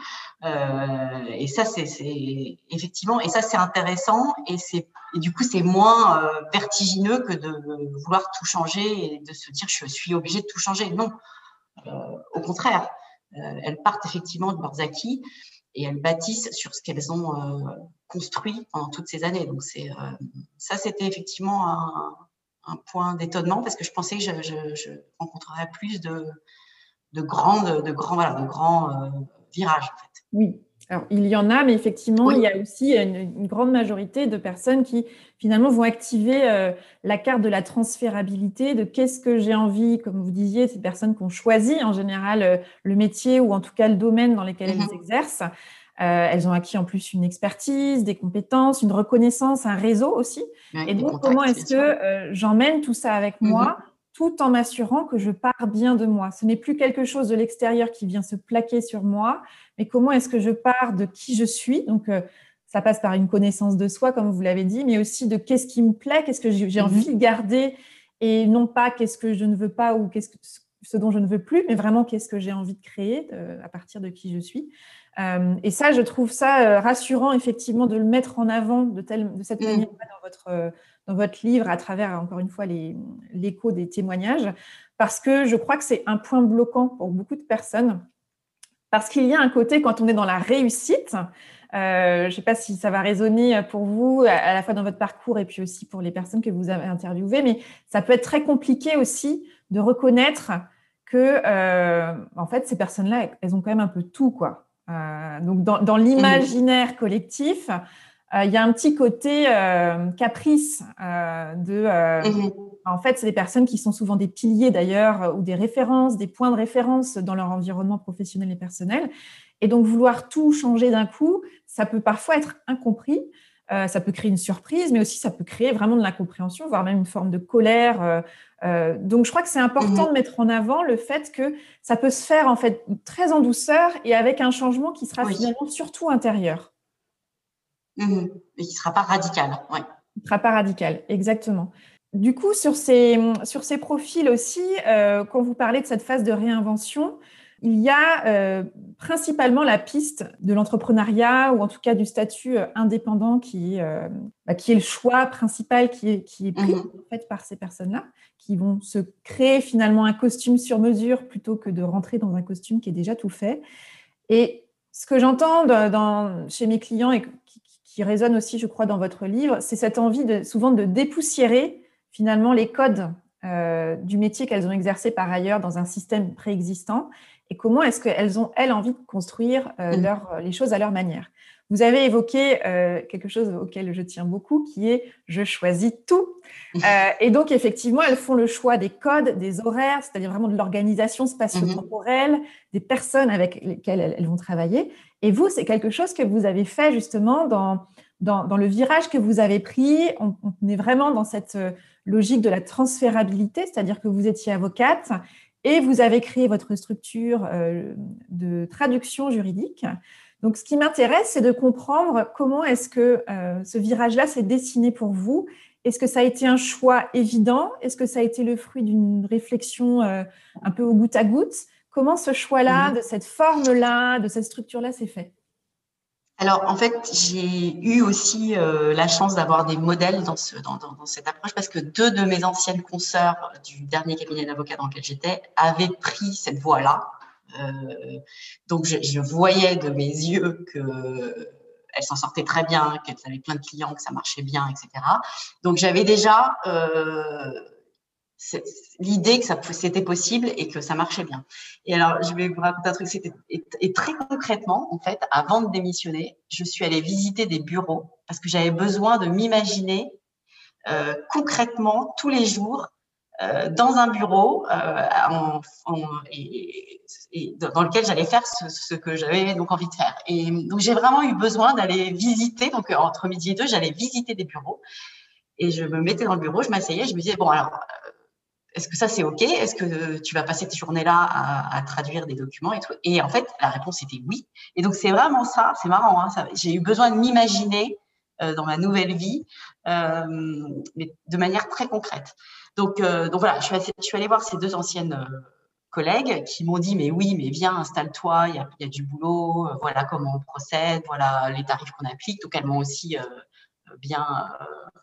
Euh, et ça, c'est, c'est effectivement, et ça, c'est intéressant. Et c'est, et du coup, c'est moins euh, vertigineux que de vouloir tout changer et de se dire, je suis obligée de tout changer. Non, euh, au contraire. Euh, elles partent effectivement de leurs acquis et elles bâtissent sur ce qu'elles ont euh, construit pendant toutes ces années. Donc, c'est, euh, ça, c'était effectivement un, un point d'étonnement parce que je pensais que je, je, je rencontrerais plus de, de, grandes, de grands, voilà, de grands euh, virages, en fait. Oui. Alors, il y en a, mais effectivement, oui. Il y a aussi une, une grande majorité de personnes qui, finalement, vont activer euh, la carte de la transférabilité, de qu'est-ce que j'ai envie, comme vous disiez, ces personnes qui ont choisi, en général, euh, le métier ou en tout cas le domaine dans lequel mm-hmm. elles exercent. Euh, elles ont acquis en plus une expertise, des compétences, une reconnaissance, un réseau aussi. Oui, et donc, comment est-ce que euh, j'emmène tout ça avec mm-hmm. moi tout en m'assurant que je pars bien de moi. Ce n'est plus quelque chose de l'extérieur qui vient se plaquer sur moi, mais comment est-ce que je pars de qui je suis. Donc, euh, ça passe par une connaissance de soi, comme vous l'avez dit, mais aussi de qu'est-ce qui me plaît, qu'est-ce que j'ai envie mm-hmm. de garder, et non pas qu'est-ce que je ne veux pas ou qu'est-ce que, ce dont je ne veux plus, mais vraiment qu'est-ce que j'ai envie de créer de, à partir de qui je suis. Euh, et ça, je trouve ça euh, rassurant, effectivement, de le mettre en avant de, telle, de cette mm. manière dans votre... Euh, dans votre livre, à travers, encore une fois, les, l'écho des témoignages, parce que je crois que c'est un point bloquant pour beaucoup de personnes, parce qu'il y a un côté, quand on est dans la réussite, euh, je ne sais pas si ça va résonner pour vous, à la fois dans votre parcours et puis aussi pour les personnes que vous avez interviewées, mais ça peut être très compliqué aussi de reconnaître que, euh, en fait, ces personnes-là, elles ont quand même un peu tout, quoi. Euh, donc, dans, dans l'imaginaire mmh. collectif, il euh, y a un petit côté euh, caprice euh, de... Euh, mmh. En fait, c'est des personnes qui sont souvent des piliers d'ailleurs ou des références, des points de référence dans leur environnement professionnel et personnel. Et donc, vouloir tout changer d'un coup, ça peut parfois être incompris. Euh, ça peut créer une surprise, mais aussi ça peut créer vraiment de l'incompréhension, voire même une forme de colère. Euh, euh, donc, je crois que c'est important mmh. de mettre en avant le fait que ça peut se faire en fait très en douceur et avec un changement qui sera oui. finalement surtout intérieur. Mmh. Et qui ne sera pas radical. Ouais. Qui ne sera pas radical, exactement. Du coup, sur ces, sur ces profils aussi, euh, quand vous parlez de cette phase de réinvention, il y a euh, principalement la piste de l'entrepreneuriat ou en tout cas du statut euh, indépendant qui, euh, bah, qui est le choix principal qui est, qui est pris mmh. en fait, par ces personnes-là, qui vont se créer finalement un costume sur mesure plutôt que de rentrer dans un costume qui est déjà tout fait. Et ce que j'entends dans, dans, chez mes clients et qui, qui résonne aussi, je crois, dans votre livre, c'est cette envie de, souvent de dépoussiérer finalement les codes euh, du métier qu'elles ont exercé par ailleurs dans un système préexistant et comment est-ce qu'elles ont, elles, envie de construire euh, mmh. leur, les choses à leur manière. vous avez évoqué euh, quelque chose auquel je tiens beaucoup, qui est « je choisis tout ». Euh, et donc, effectivement, elles font le choix des codes, des horaires, c'est-à-dire vraiment de l'organisation spatio-temporelle, des personnes avec lesquelles elles vont travailler. Et vous, c'est quelque chose que vous avez fait justement dans, dans, dans le virage que vous avez pris. On, on est vraiment dans cette logique de la transférabilité, c'est-à-dire que vous étiez avocate et vous avez créé votre structure euh, de traduction juridique. Donc, ce qui m'intéresse, c'est de comprendre comment est-ce que euh, ce virage-là s'est dessiné pour vous. Est-ce que ça a été un choix évident? Est-ce que ça a été le fruit d'une réflexion euh, un peu au goutte à goutte? Comment ce choix-là, de cette forme-là, de cette structure-là s'est fait? Alors, en fait, j'ai eu aussi euh, la chance d'avoir des modèles dans, ce, dans, dans, dans cette approche parce que deux de mes anciennes consoeurs du dernier cabinet d'avocats dans lequel j'étais avaient pris cette voie-là. Euh, donc, je, je voyais de mes yeux que elles s'en sortaient très bien, qu'elles avaient plein de clients, que ça marchait bien, et cetera. Donc, j'avais déjà euh, l'idée que ça, c'était possible et que ça marchait bien. Et alors, je vais vous raconter un truc. C'était, et, et très concrètement, en fait, avant de démissionner, je suis allée visiter des bureaux parce que j'avais besoin de m'imaginer euh, concrètement tous les jours euh, dans un bureau euh, en, en, et, et dans lequel j'allais faire ce, ce que j'avais donc envie de faire. Et donc, j'ai vraiment eu besoin d'aller visiter. Donc, entre midi et deux, j'allais visiter des bureaux et je me mettais dans le bureau, je m'asseyais, je me disais, bon, alors, est-ce que ça, c'est OK? Est-ce que tu vas passer tes journées-là à, à traduire des documents et tout? Et en fait, la réponse était oui. Et donc, c'est vraiment ça. C'est marrant. Hein, ça, j'ai eu besoin de m'imaginer euh, dans ma nouvelle vie, euh, mais de manière très concrète. Donc, euh, donc voilà, je suis, assez, je suis allée voir ces deux anciennes euh, collègues qui m'ont dit, mais oui, mais viens, installe-toi, il y a, y a du boulot, euh, voilà comment on procède, voilà les tarifs qu'on applique. Donc, elles m'ont aussi euh, bien... Euh,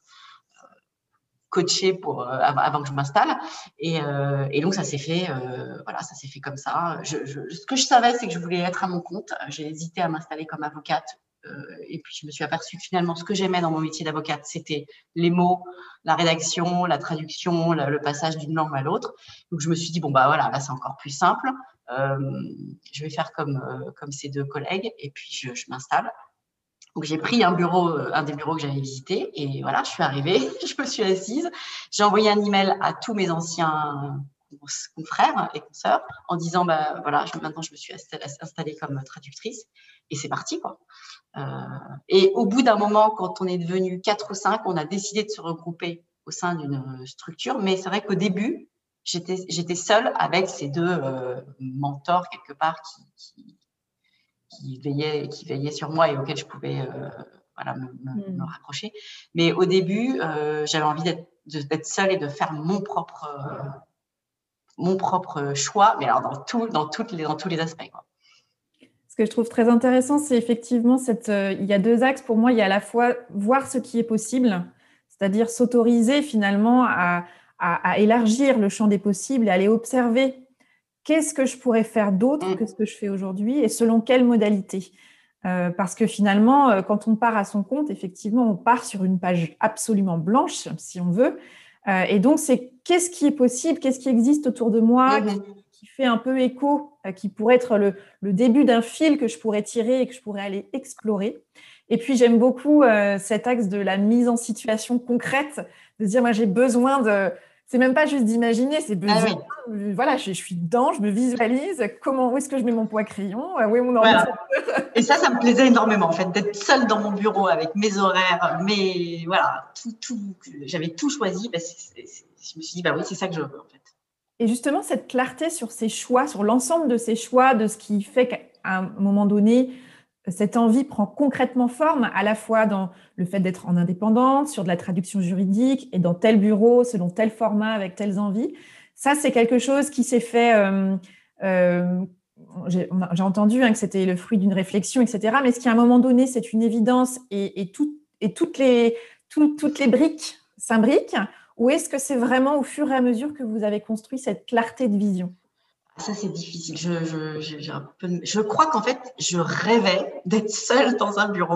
coaché pour euh, avant que je m'installe et, euh, et donc ça s'est fait euh, voilà ça s'est fait comme ça. Je, je, ce que je savais, c'est que je voulais être à mon compte. J'ai hésité à m'installer comme avocate euh, et puis je me suis aperçue que finalement ce que j'aimais dans mon métier d'avocate, c'était les mots, la rédaction, la traduction, le, le passage d'une langue à l'autre. Donc je me suis dit bon bah voilà, là c'est encore plus simple. Euh, je vais faire comme euh, comme ces deux collègues et puis je, je m'installe. Donc, j'ai pris un bureau, un des bureaux que j'avais visité et voilà, je suis arrivée, je me suis assise, j'ai envoyé un email à tous mes anciens confrères et consoeurs en disant, bah voilà, je, maintenant je me suis installée comme traductrice et c'est parti, quoi. Euh, et au bout d'un moment, quand on est devenu quatre ou cinq, on a décidé de se regrouper au sein d'une structure, mais c'est vrai qu'au début, j'étais, j'étais seule avec ces deux euh, mentors quelque part qui, qui qui veillait, qui veillait sur moi et auquel je pouvais euh, voilà, me, me, me raccrocher. Mais au début, euh, j'avais envie d'être, d'être seule et de faire mon propre, euh, mon propre choix, mais alors dans, tout, dans, toutes les, dans tous les aspects, quoi. Ce que je trouve très intéressant, c'est effectivement cette. Euh, il y a deux axes pour moi. Il y a à la fois voir ce qui est possible, c'est-à-dire s'autoriser finalement à, à, à élargir le champ des possibles et aller observer qu'est-ce que je pourrais faire d'autre mmh. que ce que je fais aujourd'hui et selon quelle modalité. Euh, parce que finalement, euh, quand on part à son compte, effectivement, on part sur une page absolument blanche, si on veut. Euh, et donc, c'est qu'est-ce qui est possible, qu'est-ce qui existe autour de moi, mmh. qui, qui fait un peu écho, euh, qui pourrait être le, le début d'un fil que je pourrais tirer et que je pourrais aller explorer. Et puis, j'aime beaucoup euh, cet axe de la mise en situation concrète, de se dire, moi, j'ai besoin de... C'est même pas juste d'imaginer, c'est besoin. Ah oui. Voilà, je, je suis dedans, je me visualise. Comment, où est-ce que je mets mon poids crayon? Où est mon ordinateur? Voilà. Et ça, ça me plaisait énormément, en fait, d'être seule dans mon bureau avec mes horaires, mes voilà, tout, tout. J'avais tout choisi. Bah, c'est, c'est, je me suis dit, bah oui, c'est ça que je veux, en fait. Et justement, cette clarté sur ces choix, sur l'ensemble de ces choix, de ce qui fait qu'à un moment donné, cette envie prend concrètement forme, à la fois dans le fait d'être en indépendante, sur de la traduction juridique et dans tel bureau, selon tel format, avec telles envies. Ça, c'est quelque chose qui s'est fait... Euh, euh, j'ai, j'ai entendu hein, que c'était le fruit d'une réflexion, et cetera. Mais est-ce qu'à un moment donné, c'est une évidence et, et, tout, et toutes, les, tout, toutes les briques s'imbriquent? Ou est-ce que c'est vraiment au fur et à mesure que vous avez construit cette clarté de vision? Ça, c'est difficile. Je, je, je, j'ai un peu... je crois qu'en fait, je rêvais d'être seule dans un bureau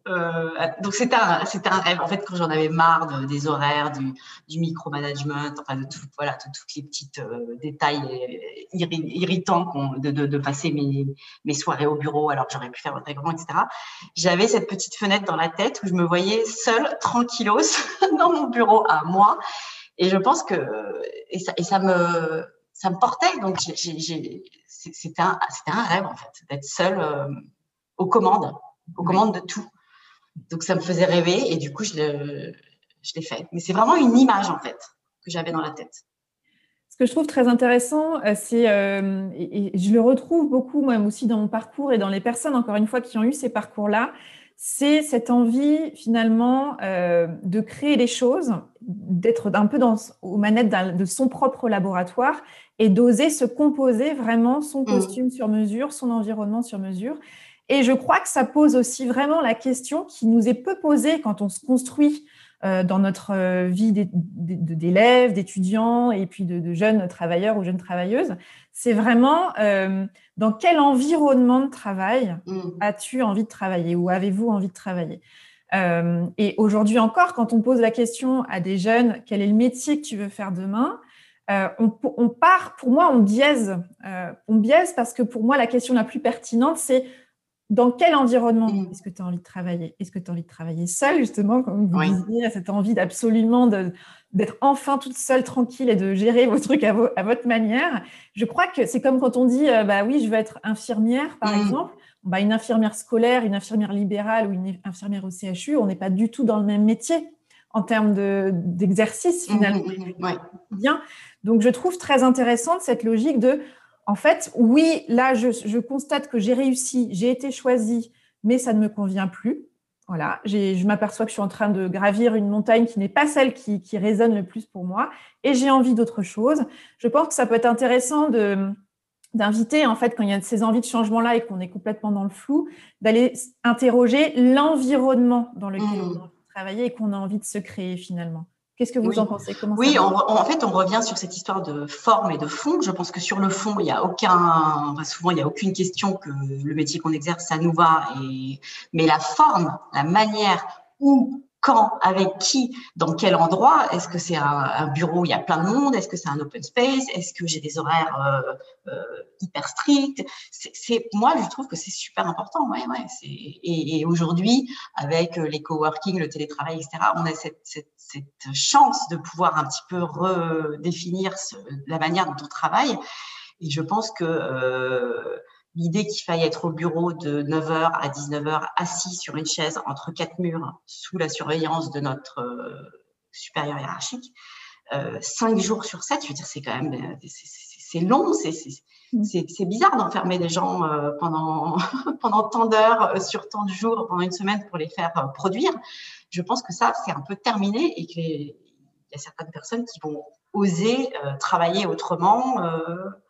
Euh, donc c'était un, c'était un rêve. En fait, quand j'en avais marre de, des horaires, du, du micromanagement, enfin de tout, voilà, de toutes les petites euh, détails irri, irritants qu'on, de, de, de passer mes, mes soirées au bureau alors que j'aurais pu faire votre règlement, et cetera. J'avais cette petite fenêtre dans la tête où je me voyais seule, tranquillos, dans mon bureau à moi. Et je pense que et ça, et ça me ça me portait. Donc j'ai, j'ai, c'était un, c'était un rêve en fait d'être seule euh, aux commandes, aux commandes de tout. Donc, ça me faisait rêver et du coup, je, le, je l'ai fait. Mais c'est vraiment une image, en fait, que j'avais dans la tête. Ce que je trouve très intéressant, c'est, euh, et, et je le retrouve beaucoup, moi aussi, dans mon parcours et dans les personnes, encore une fois, qui ont eu ces parcours-là, c'est cette envie, finalement, euh, de créer les choses, d'être un peu dans, aux manettes de son propre laboratoire et d'oser se composer vraiment son costume mmh. sur mesure, son environnement sur mesure. Et je crois que ça pose aussi vraiment la question qui nous est peu posée quand on se construit euh, dans notre vie d'élèves, d'étudiants et puis de, de jeunes travailleurs ou jeunes travailleuses. C'est vraiment euh, dans quel environnement de travail mmh. as-tu envie de travailler ou avez-vous envie de travailler ? euh, Et aujourd'hui encore, quand on pose la question à des jeunes, quel est le métier que tu veux faire demain ? Euh, on, on part, pour moi, on biaise. Euh, on biaise parce que pour moi, la question la plus pertinente, c'est dans quel environnement mmh. est-ce que tu as envie de travailler ? Est-ce que tu as envie de travailler seule, justement, comme vous oui. disiez, cette envie d'absolument de, d'être enfin toute seule, tranquille et de gérer vos trucs à, vo, à votre manière ? Je crois que c'est comme quand on dit euh, bah oui, je veux être infirmière, par mmh. exemple. Bah, une infirmière scolaire, une infirmière libérale ou une infirmière au C H U, on n'est pas du tout dans le même métier en termes de, d'exercice, finalement. Mmh. Ouais. Bien. Donc, je trouve très intéressante cette logique de en fait, oui, là, je, je constate que j'ai réussi, j'ai été choisie, mais ça ne me convient plus. Voilà, j'ai, je m'aperçois que je suis en train de gravir une montagne qui n'est pas celle qui, qui résonne le plus pour moi, et j'ai envie d'autre chose. Je pense que ça peut être intéressant de, d'inviter, en fait, quand il y a ces envies de changement-là et qu'on est complètement dans le flou, d'aller interroger l'environnement dans lequel mmh. on a envie de travailler et qu'on a envie de se créer finalement. Qu'est-ce que vous oui. en pensez ? Comment Oui, ça on, en fait, on revient sur cette histoire de forme et de fond. Je pense que sur le fond, il n'y a aucun, enfin, souvent, il n'y a aucune question que le métier qu'on exerce, ça nous va. Et, mais la forme, la manière où, quand, avec qui, dans quel endroit, est-ce que c'est un, un bureau où il y a plein de monde, est-ce que c'est un open space, est-ce que j'ai des horaires euh, euh, hyper stricts, c'est, c'est, moi, je trouve que c'est super important. Ouais, ouais, c'est, et, et aujourd'hui, avec les coworking, le télétravail, et cetera, on a cette, cette, cette chance de pouvoir un petit peu redéfinir ce, la manière dont on travaille. Et je pense que euh, l'idée qu'il faille être au bureau de neuf heures à dix-neuf heures assis sur une chaise entre quatre murs sous la surveillance de notre euh, supérieur hiérarchique, euh, cinq jours sur sept, je veux dire, c'est quand même c'est, c'est, c'est long, c'est, c'est, c'est, c'est bizarre d'enfermer des gens euh, pendant, pendant tant d'heures euh, sur tant de jours, pendant une semaine pour les faire euh, produire. Je pense que ça, c'est un peu terminé et qu'il y a certaines personnes qui vont oser euh, travailler autrement euh,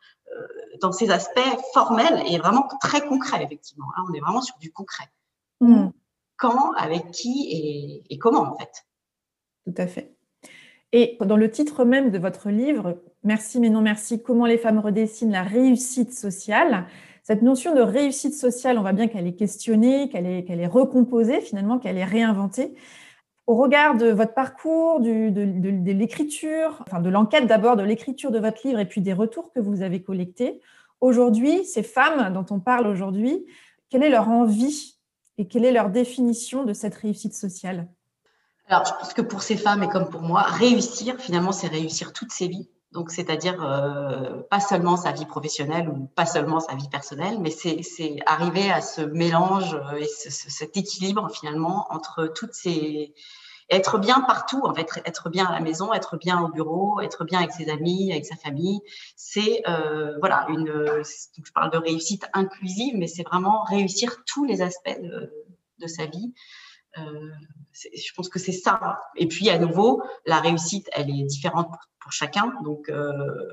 dans ces aspects formels et vraiment très concrets, effectivement. Hein, on est vraiment sur du concret. Mmh. Quand, avec qui et, et comment, en fait. Tout à fait. Et dans le titre même de votre livre, « Merci mais non merci, comment les femmes redessinent la réussite sociale », cette notion de réussite sociale, on voit bien qu'elle est questionnée, qu'elle est, qu'elle est recomposée, finalement, qu'elle est réinventée. Au regard de votre parcours, du, de, de, de l'écriture, enfin de l'enquête d'abord, de l'écriture de votre livre et puis des retours que vous avez collectés, aujourd'hui, ces femmes dont on parle aujourd'hui, quelle est leur envie et quelle est leur définition de cette réussite sociale ? Alors, je pense que pour ces femmes et comme pour moi, réussir, finalement, c'est réussir toutes ses vies. Donc, c'est-à-dire euh, pas seulement sa vie professionnelle ou pas seulement sa vie personnelle, mais c'est, c'est arriver à ce mélange et ce, ce, cet équilibre, finalement, entre toutes ces... Être bien partout, en fait, être bien à la maison, être bien au bureau, être bien avec ses amis, avec sa famille. C'est, euh, voilà, une... Je parle de réussite inclusive, mais c'est vraiment réussir tous les aspects de, de sa vie. Euh, je pense que c'est ça. Et puis, à nouveau, la réussite, elle est différente pour, pour chacun. Donc, euh,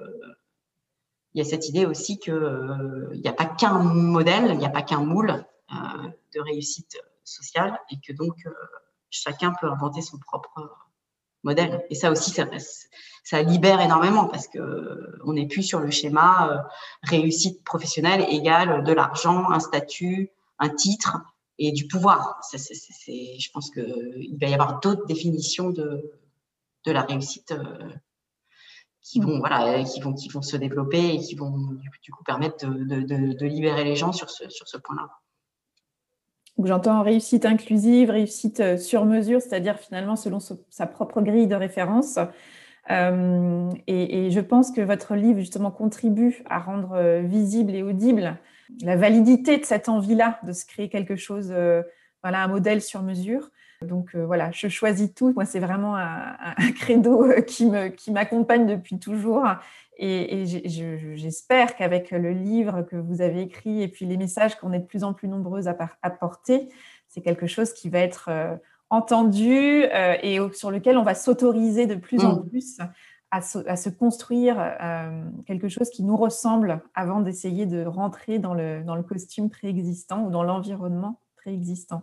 il y a cette idée aussi qu'il n'y euh, a pas qu'un modèle, il n'y a pas qu'un moule euh, de réussite sociale et que donc, euh, chacun peut inventer son propre modèle. Et ça aussi, ça, ça libère énormément parce qu'on n'est plus sur le schéma euh, réussite professionnelle égale de l'argent, un statut, un titre. et du pouvoir. C'est, c'est, c'est, je pense qu'il va y avoir d'autres définitions de, de la réussite euh, qui vont, voilà, qui vont, qui vont se développer et qui vont du, du coup permettre de, de, de, de libérer les gens sur ce, sur ce point-là. Donc, j'entends réussite inclusive, réussite sur mesure, c'est-à-dire finalement selon sa propre grille de référence. Euh, et, et je pense que votre livre justement contribue à rendre visible et audible la validité de cette envie-là de se créer quelque chose, euh, voilà, un modèle sur mesure. Donc euh, voilà, je choisis tout. Moi, c'est vraiment un, un credo qui me, qui m'accompagne depuis toujours. Et, et je, j'espère qu'avec le livre que vous avez écrit et puis les messages qu'on est de plus en plus nombreuses à, à porter, c'est quelque chose qui va être euh, entendu euh, et sur lequel on va s'autoriser de plus mmh. en plus à se, à se construire euh, quelque chose qui nous ressemble avant d'essayer de rentrer dans le, dans le costume préexistant ou dans l'environnement préexistant.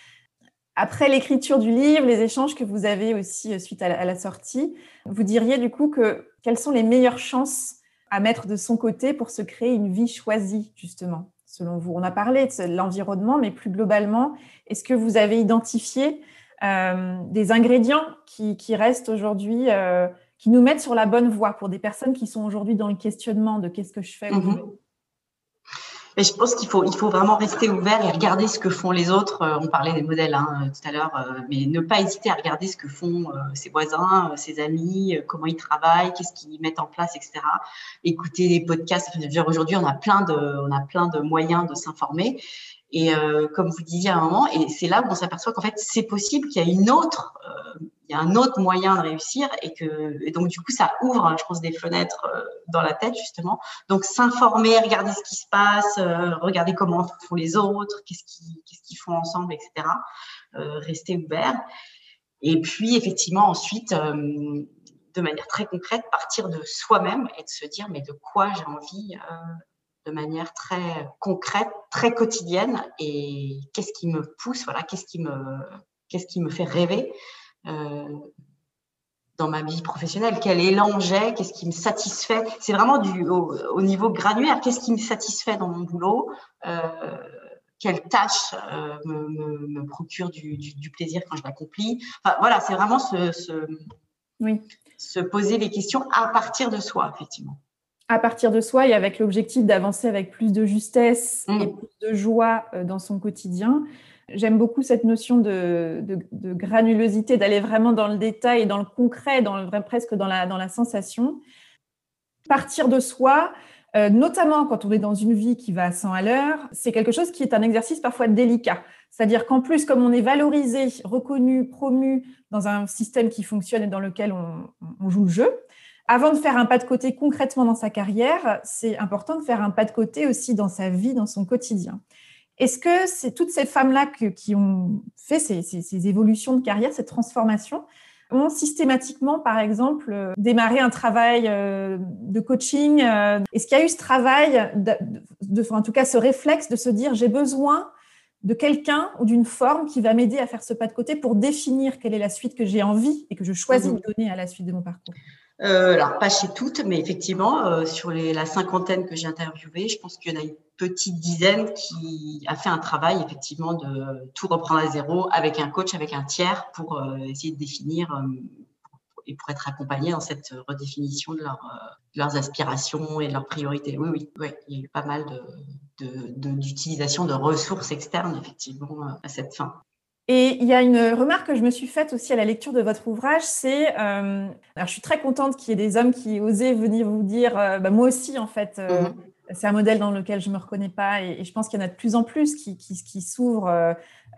Après l'écriture du livre, les échanges que vous avez aussi suite à la, à la sortie, vous diriez du coup que quelles sont les meilleures chances à mettre de son côté pour se créer une vie choisie, justement, selon vous? On a parlé de l'environnement, mais plus globalement, est-ce que vous avez identifié euh, des ingrédients qui, qui restent aujourd'hui, euh, qui nous mettent sur la bonne voie pour des personnes qui sont aujourd'hui dans le questionnement de qu'est-ce que je fais aujourd'hui? Mmh. Et je pense qu'il faut, il faut vraiment rester ouvert et regarder ce que font les autres. Euh, on parlait des modèles hein, tout à l'heure, euh, mais ne pas hésiter à regarder ce que font euh, ses voisins, euh, ses amis, euh, comment ils travaillent, qu'est-ce qu'ils mettent en place, et cetera. Écouter des podcasts. Enfin, je veux dire, aujourd'hui, on a plein de, on a plein de moyens de s'informer. Et euh, comme vous disiez à un moment, et c'est là où on s'aperçoit qu'en fait, c'est possible qu'il y a une autre, euh, il y a un autre moyen de réussir et que, et donc du coup, ça ouvre, hein, je pense, des fenêtres euh, dans la tête justement. Donc s'informer, regarder ce qui se passe, euh, regarder comment font les autres, qu'est-ce qu'ils, qu'est-ce qu'ils font ensemble, et cetera. Euh, rester ouvert. Et puis effectivement ensuite, euh, de manière très concrète, partir de soi-même et de se dire mais de quoi j'ai envie. Euh, de manière très concrète, très quotidienne, et qu'est-ce qui me pousse, voilà, qu'est-ce qui me, qu'est-ce qui me fait rêver euh, dans ma vie professionnelle, quel élan j'ai, qu'est-ce qui me satisfait, c'est vraiment du, au, au niveau granulaire, qu'est-ce qui me satisfait dans mon boulot, euh, quelle tâche euh, me, me, me procure du, du, du plaisir quand je l'accomplis, enfin voilà, c'est vraiment se, se, oui. se poser les questions à partir de soi, effectivement. À partir de soi et avec l'objectif d'avancer avec plus de justesse mmh. et plus de joie dans son quotidien. J'aime beaucoup cette notion de, de, de granulosité, d'aller vraiment dans le détail et dans le concret, dans le, presque dans la, dans la sensation. Partir de soi, euh, notamment quand on est dans une vie qui va à cent à l'heure, c'est quelque chose qui est un exercice parfois délicat. C'est-à-dire qu'en plus, comme on est valorisé, reconnu, promu dans un système qui fonctionne et dans lequel on, on joue le jeu, avant de faire un pas de côté concrètement dans sa carrière, c'est important de faire un pas de côté aussi dans sa vie, dans son quotidien. Est-ce que c'est toutes ces femmes-là que, qui ont fait ces, ces, ces évolutions de carrière, cette transformation, ont systématiquement, par exemple, euh, démarré un travail euh, de coaching? euh, Est-ce qu'il y a eu ce travail, de, de, de, en tout cas ce réflexe de se dire j'ai besoin de quelqu'un ou d'une forme qui va m'aider à faire ce pas de côté pour définir quelle est la suite que j'ai envie et que je choisis mmh. de donner à la suite de mon parcours? Euh, alors, pas chez toutes, mais effectivement, euh, sur les, la cinquantaine que j'ai interviewée, je pense qu'il y en a une petite dizaine qui a fait un travail, effectivement, de tout reprendre à zéro avec un coach, avec un tiers pour euh, essayer de définir euh, et pour être accompagné dans cette redéfinition de, leur, euh, de leurs aspirations et de leurs priorités. Oui, oui, oui, il y a eu pas mal de, de, de, d'utilisation de ressources externes, effectivement, à cette fin. Et il y a une remarque que je me suis faite aussi à la lecture de votre ouvrage, c'est, euh, alors je suis très contente qu'il y ait des hommes qui osaient venir vous dire, euh, bah moi aussi en fait, euh, mm-hmm. c'est un modèle dans lequel je me reconnais pas, et, et je pense qu'il y en a de plus en plus qui, qui, qui s'ouvrent euh,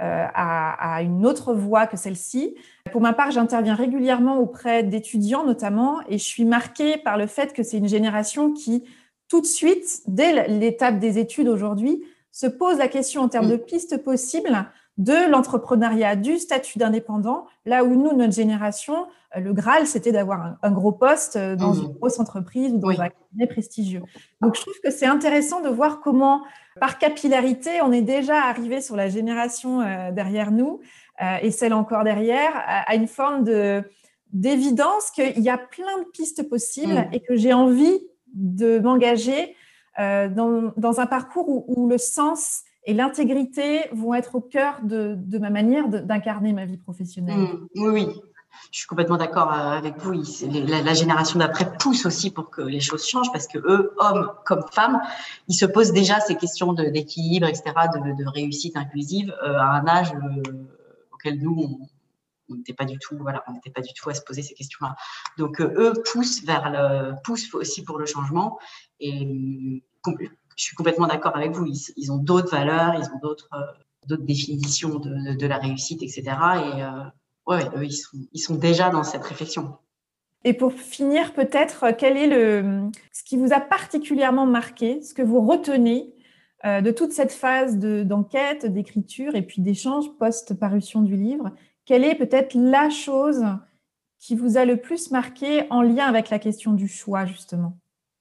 à, à une autre voie que celle-ci. Pour ma part, j'interviens régulièrement auprès d'étudiants notamment, et je suis marquée par le fait que c'est une génération qui, tout de suite, dès l'étape des études aujourd'hui, se pose la question en termes mm. de pistes possibles de l'entrepreneuriat, du statut d'indépendant, là où nous, notre génération, le Graal, c'était d'avoir un, un gros poste dans mmh. une grosse entreprise ou dans oui. un cabinet prestigieux. Donc, je trouve que c'est intéressant de voir comment, par capillarité, on est déjà arrivé sur la génération euh, derrière nous euh, et celle encore derrière, à, à une forme de, d'évidence qu'il y a plein de pistes possibles mmh. et que j'ai envie de m'engager euh, dans, dans un parcours où, où le sens et l'intégrité vont être au cœur de, de ma manière de, d'incarner ma vie professionnelle. Mmh, oui, oui. Je suis complètement d'accord avec vous. La, la génération d'après pousse aussi pour que les choses changent parce que eux, hommes comme femmes, ils se posent déjà ces questions de, d'équilibre, et cetera, de, de réussite inclusive euh, à un âge euh, auquel nous, on n'était pas du tout, voilà, on n'était pas du tout à se poser ces questions-là. Donc euh, eux poussent vers le, poussent aussi pour le changement. Et je suis complètement d'accord avec vous. Ils, ils ont d'autres valeurs, ils ont d'autres, euh, d'autres définitions de, de, de la réussite, et cetera. Et euh, ouais, eux, ils sont, ils sont déjà dans cette réflexion. Et pour finir, peut-être, quel est le, ce qui vous a particulièrement marqué, ce que vous retenez euh, de toute cette phase de, d'enquête, d'écriture et puis d'échange post-parution du livre? Quelle est peut-être la chose qui vous a le plus marqué en lien avec la question du choix, justement?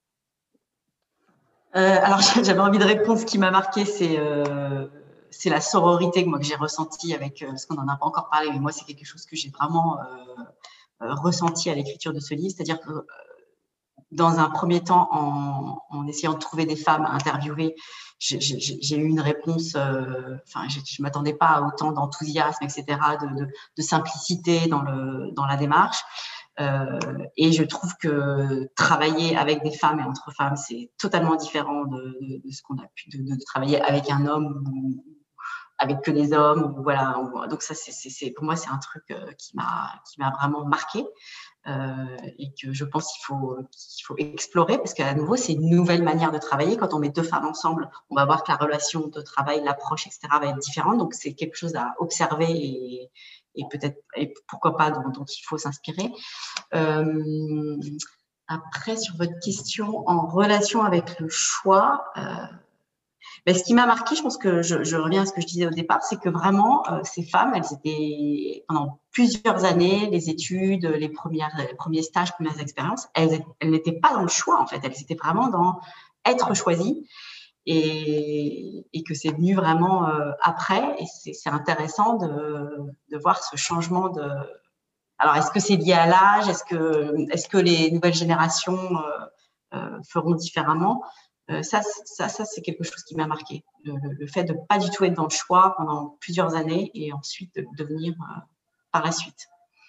euh, Alors, j'avais envie de répondre. Ce qui m'a marqué, c'est... Euh... c'est la sororité que moi que j'ai ressentie avec, euh, parce qu'on n'en a pas encore parlé, mais moi c'est quelque chose que j'ai vraiment euh, euh, ressenti à l'écriture de ce livre, c'est-à-dire que euh, dans un premier temps, en, en essayant de trouver des femmes à interviewer, j'ai, j'ai, j'ai eu une réponse, euh, enfin je ne m'attendais pas à autant d'enthousiasme, et cetera, de, de, de simplicité dans, le, dans la démarche. Euh, et je trouve que travailler avec des femmes et entre femmes, c'est totalement différent de, de, de ce qu'on a pu, de, de, de travailler avec un homme ou avec que des hommes, ou voilà. Donc ça, c'est, c'est, c'est, pour moi, c'est un truc euh, qui m'a, qui m'a vraiment marqué euh, et que je pense qu'il faut, qu'il faut explorer parce qu'à nouveau, c'est une nouvelle manière de travailler. Quand on met deux femmes ensemble, on va voir que la relation de travail, l'approche, et cetera, va être différente. Donc c'est quelque chose à observer et, et peut-être, et pourquoi pas, dont, dont il faut s'inspirer. Euh, après, sur votre question en relation avec le choix. Euh, Ben, ce qui m'a marqué, je pense que je, je reviens à ce que je disais au départ, c'est que vraiment, euh, ces femmes, elles étaient pendant plusieurs années, les études, les, premières, les premiers stages, premières expériences, elles, elles n'étaient pas dans le choix, en fait. Elles étaient vraiment dans être choisies et, et que c'est venu vraiment euh, après. Et c'est, c'est intéressant de, de voir ce changement de… Alors, est-ce que c'est lié à l'âge? Est-ce que, est-ce que les nouvelles générations euh, euh, feront différemment? Euh, ça, ça, ça, c'est quelque chose qui m'a marqué. Le, le fait de ne pas du tout être dans le choix pendant plusieurs années et ensuite de devenir euh, par la suite.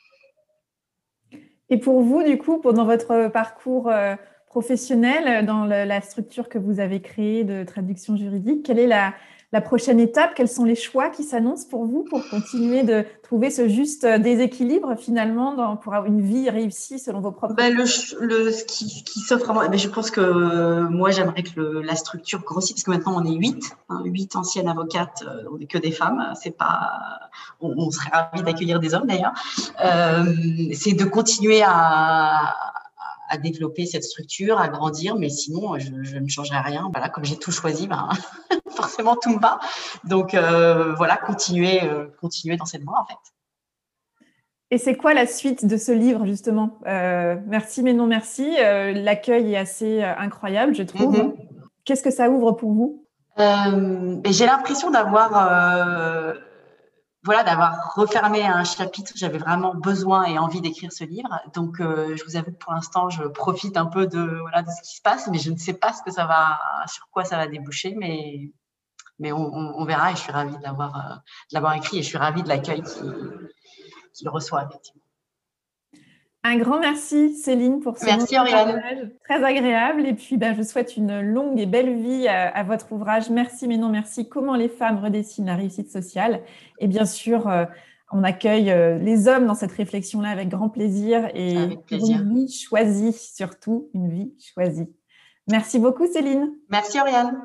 Et pour vous, du coup, pendant votre parcours euh, professionnel, dans le, la structure que vous avez créée de traduction juridique, quelle est la, la prochaine étape? Quels sont les choix qui s'annoncent pour vous pour continuer de trouver ce juste déséquilibre finalement dans, pour avoir une vie réussie selon vos propres… Ben, le, le, ce qui, qui s'offre à moi, ben, je pense que euh, moi j'aimerais que le, la structure grossisse parce que maintenant on est huit, hein, huit anciennes avocates, euh, on n'est que des femmes, c'est pas, on, on serait ravis d'accueillir des hommes d'ailleurs. Euh, c'est de continuer à, à développer cette structure, à grandir, mais sinon je, je ne changerai rien. Voilà, comme j'ai tout choisi, ben, forcément tout me va. Donc euh, voilà, continuer, euh, continuer dans cette voie en fait. Et c'est quoi la suite de ce livre, justement? euh, Merci, mais non merci. Euh, l'accueil est assez euh, incroyable, je trouve. Mm-hmm. Qu'est-ce que ça ouvre pour vous? euh, J'ai l'impression d'avoir, euh, voilà, d'avoir refermé un chapitre. J'avais vraiment besoin et envie d'écrire ce livre. Donc, euh, je vous avoue que pour l'instant, je profite un peu de, voilà, de ce qui se passe, mais je ne sais pas ce que ça va, sur quoi ça va déboucher. Mais, mais on, on, on verra et je suis ravie de l'avoir, euh, de l'avoir écrit et je suis ravie de l'accueil qui… qu'il reçoit, effectivement. Un grand merci, Céline, pour ce merci, moment de partage très agréable. Et puis, ben, je souhaite une longue et belle vie à, à votre ouvrage. Merci, mais non merci. Comment les femmes redessinent la réussite sociale. Et bien sûr, euh, on accueille euh, les hommes dans cette réflexion-là avec grand plaisir. Et avec plaisir. Une vie choisie, surtout une vie choisie. Merci beaucoup, Céline. Merci, Oriane.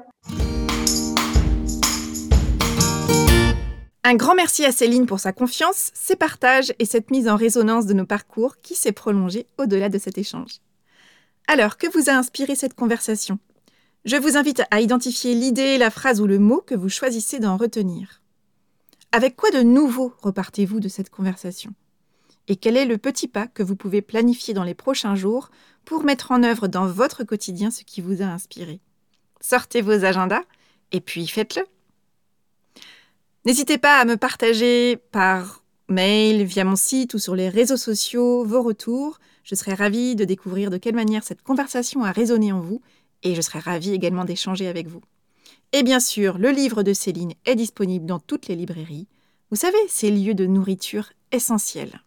Un grand merci à Céline pour sa confiance, ses partages et cette mise en résonance de nos parcours qui s'est prolongée au-delà de cet échange. Alors, que vous a inspiré cette conversation ? Je vous invite à identifier l'idée, la phrase ou le mot que vous choisissez d'en retenir. Avec quoi de nouveau repartez-vous de cette conversation ? Et quel est le petit pas que vous pouvez planifier dans les prochains jours pour mettre en œuvre dans votre quotidien ce qui vous a inspiré ? Sortez vos agendas et puis faites-le. N'hésitez pas à me partager par mail, via mon site ou sur les réseaux sociaux vos retours. Je serai ravie de découvrir de quelle manière cette conversation a résonné en vous et je serai ravie également d'échanger avec vous. Et bien sûr, le livre de Céline est disponible dans toutes les librairies. Vous savez, ces lieux de nourriture essentiels.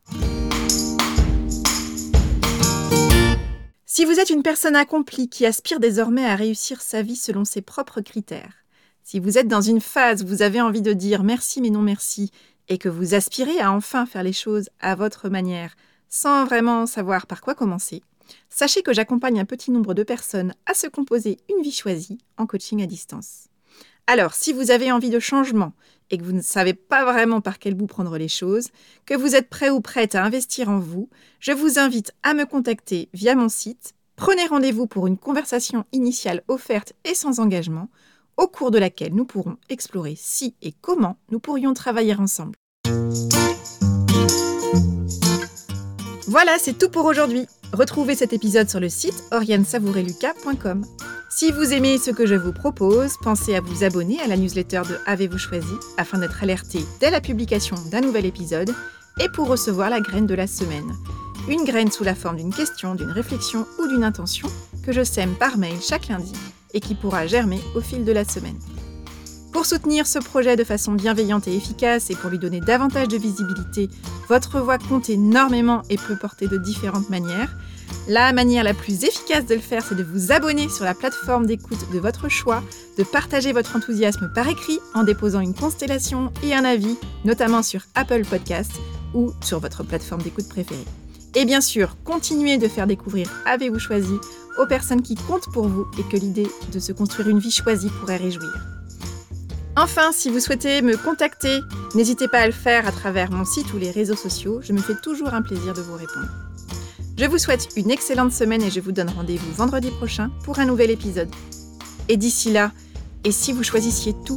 Si vous êtes une personne accomplie qui aspire désormais à réussir sa vie selon ses propres critères, si vous êtes dans une phase où vous avez envie de dire merci mais non merci et que vous aspirez à enfin faire les choses à votre manière sans vraiment savoir par quoi commencer, sachez que j'accompagne un petit nombre de personnes à se composer une vie choisie en coaching à distance. Alors, si vous avez envie de changement et que vous ne savez pas vraiment par quel bout prendre les choses, que vous êtes prêt ou prête à investir en vous, je vous invite à me contacter via mon site. Prenez rendez-vous pour une conversation initiale offerte et sans engagement, au cours de laquelle nous pourrons explorer si et comment nous pourrions travailler ensemble. Voilà, c'est tout pour aujourd'hui. Retrouvez cet épisode sur le site oriane savouret lucas point com. Si vous aimez ce que je vous propose, pensez à vous abonner à la newsletter de Avez-vous choisi afin d'être alerté dès la publication d'un nouvel épisode et pour recevoir la graine de la semaine. Une graine sous la forme d'une question, d'une réflexion ou d'une intention que je sème par mail chaque lundi et qui pourra germer au fil de la semaine. Pour soutenir ce projet de façon bienveillante et efficace et pour lui donner davantage de visibilité, votre voix compte énormément et peut porter de différentes manières. La manière la plus efficace de le faire, c'est de vous abonner sur la plateforme d'écoute de votre choix, de partager votre enthousiasme par écrit en déposant une constellation et un avis, notamment sur Apple Podcasts ou sur votre plateforme d'écoute préférée. Et bien sûr, continuez de faire découvrir Avez-vous choisi aux personnes qui comptent pour vous et que l'idée de se construire une vie choisie pourrait réjouir. Enfin, si vous souhaitez me contacter, n'hésitez pas à le faire à travers mon site ou les réseaux sociaux, je me fais toujours un plaisir de vous répondre. Je vous souhaite une excellente semaine et je vous donne rendez-vous vendredi prochain pour un nouvel épisode. Et d'ici là, et si vous choisissiez tout ?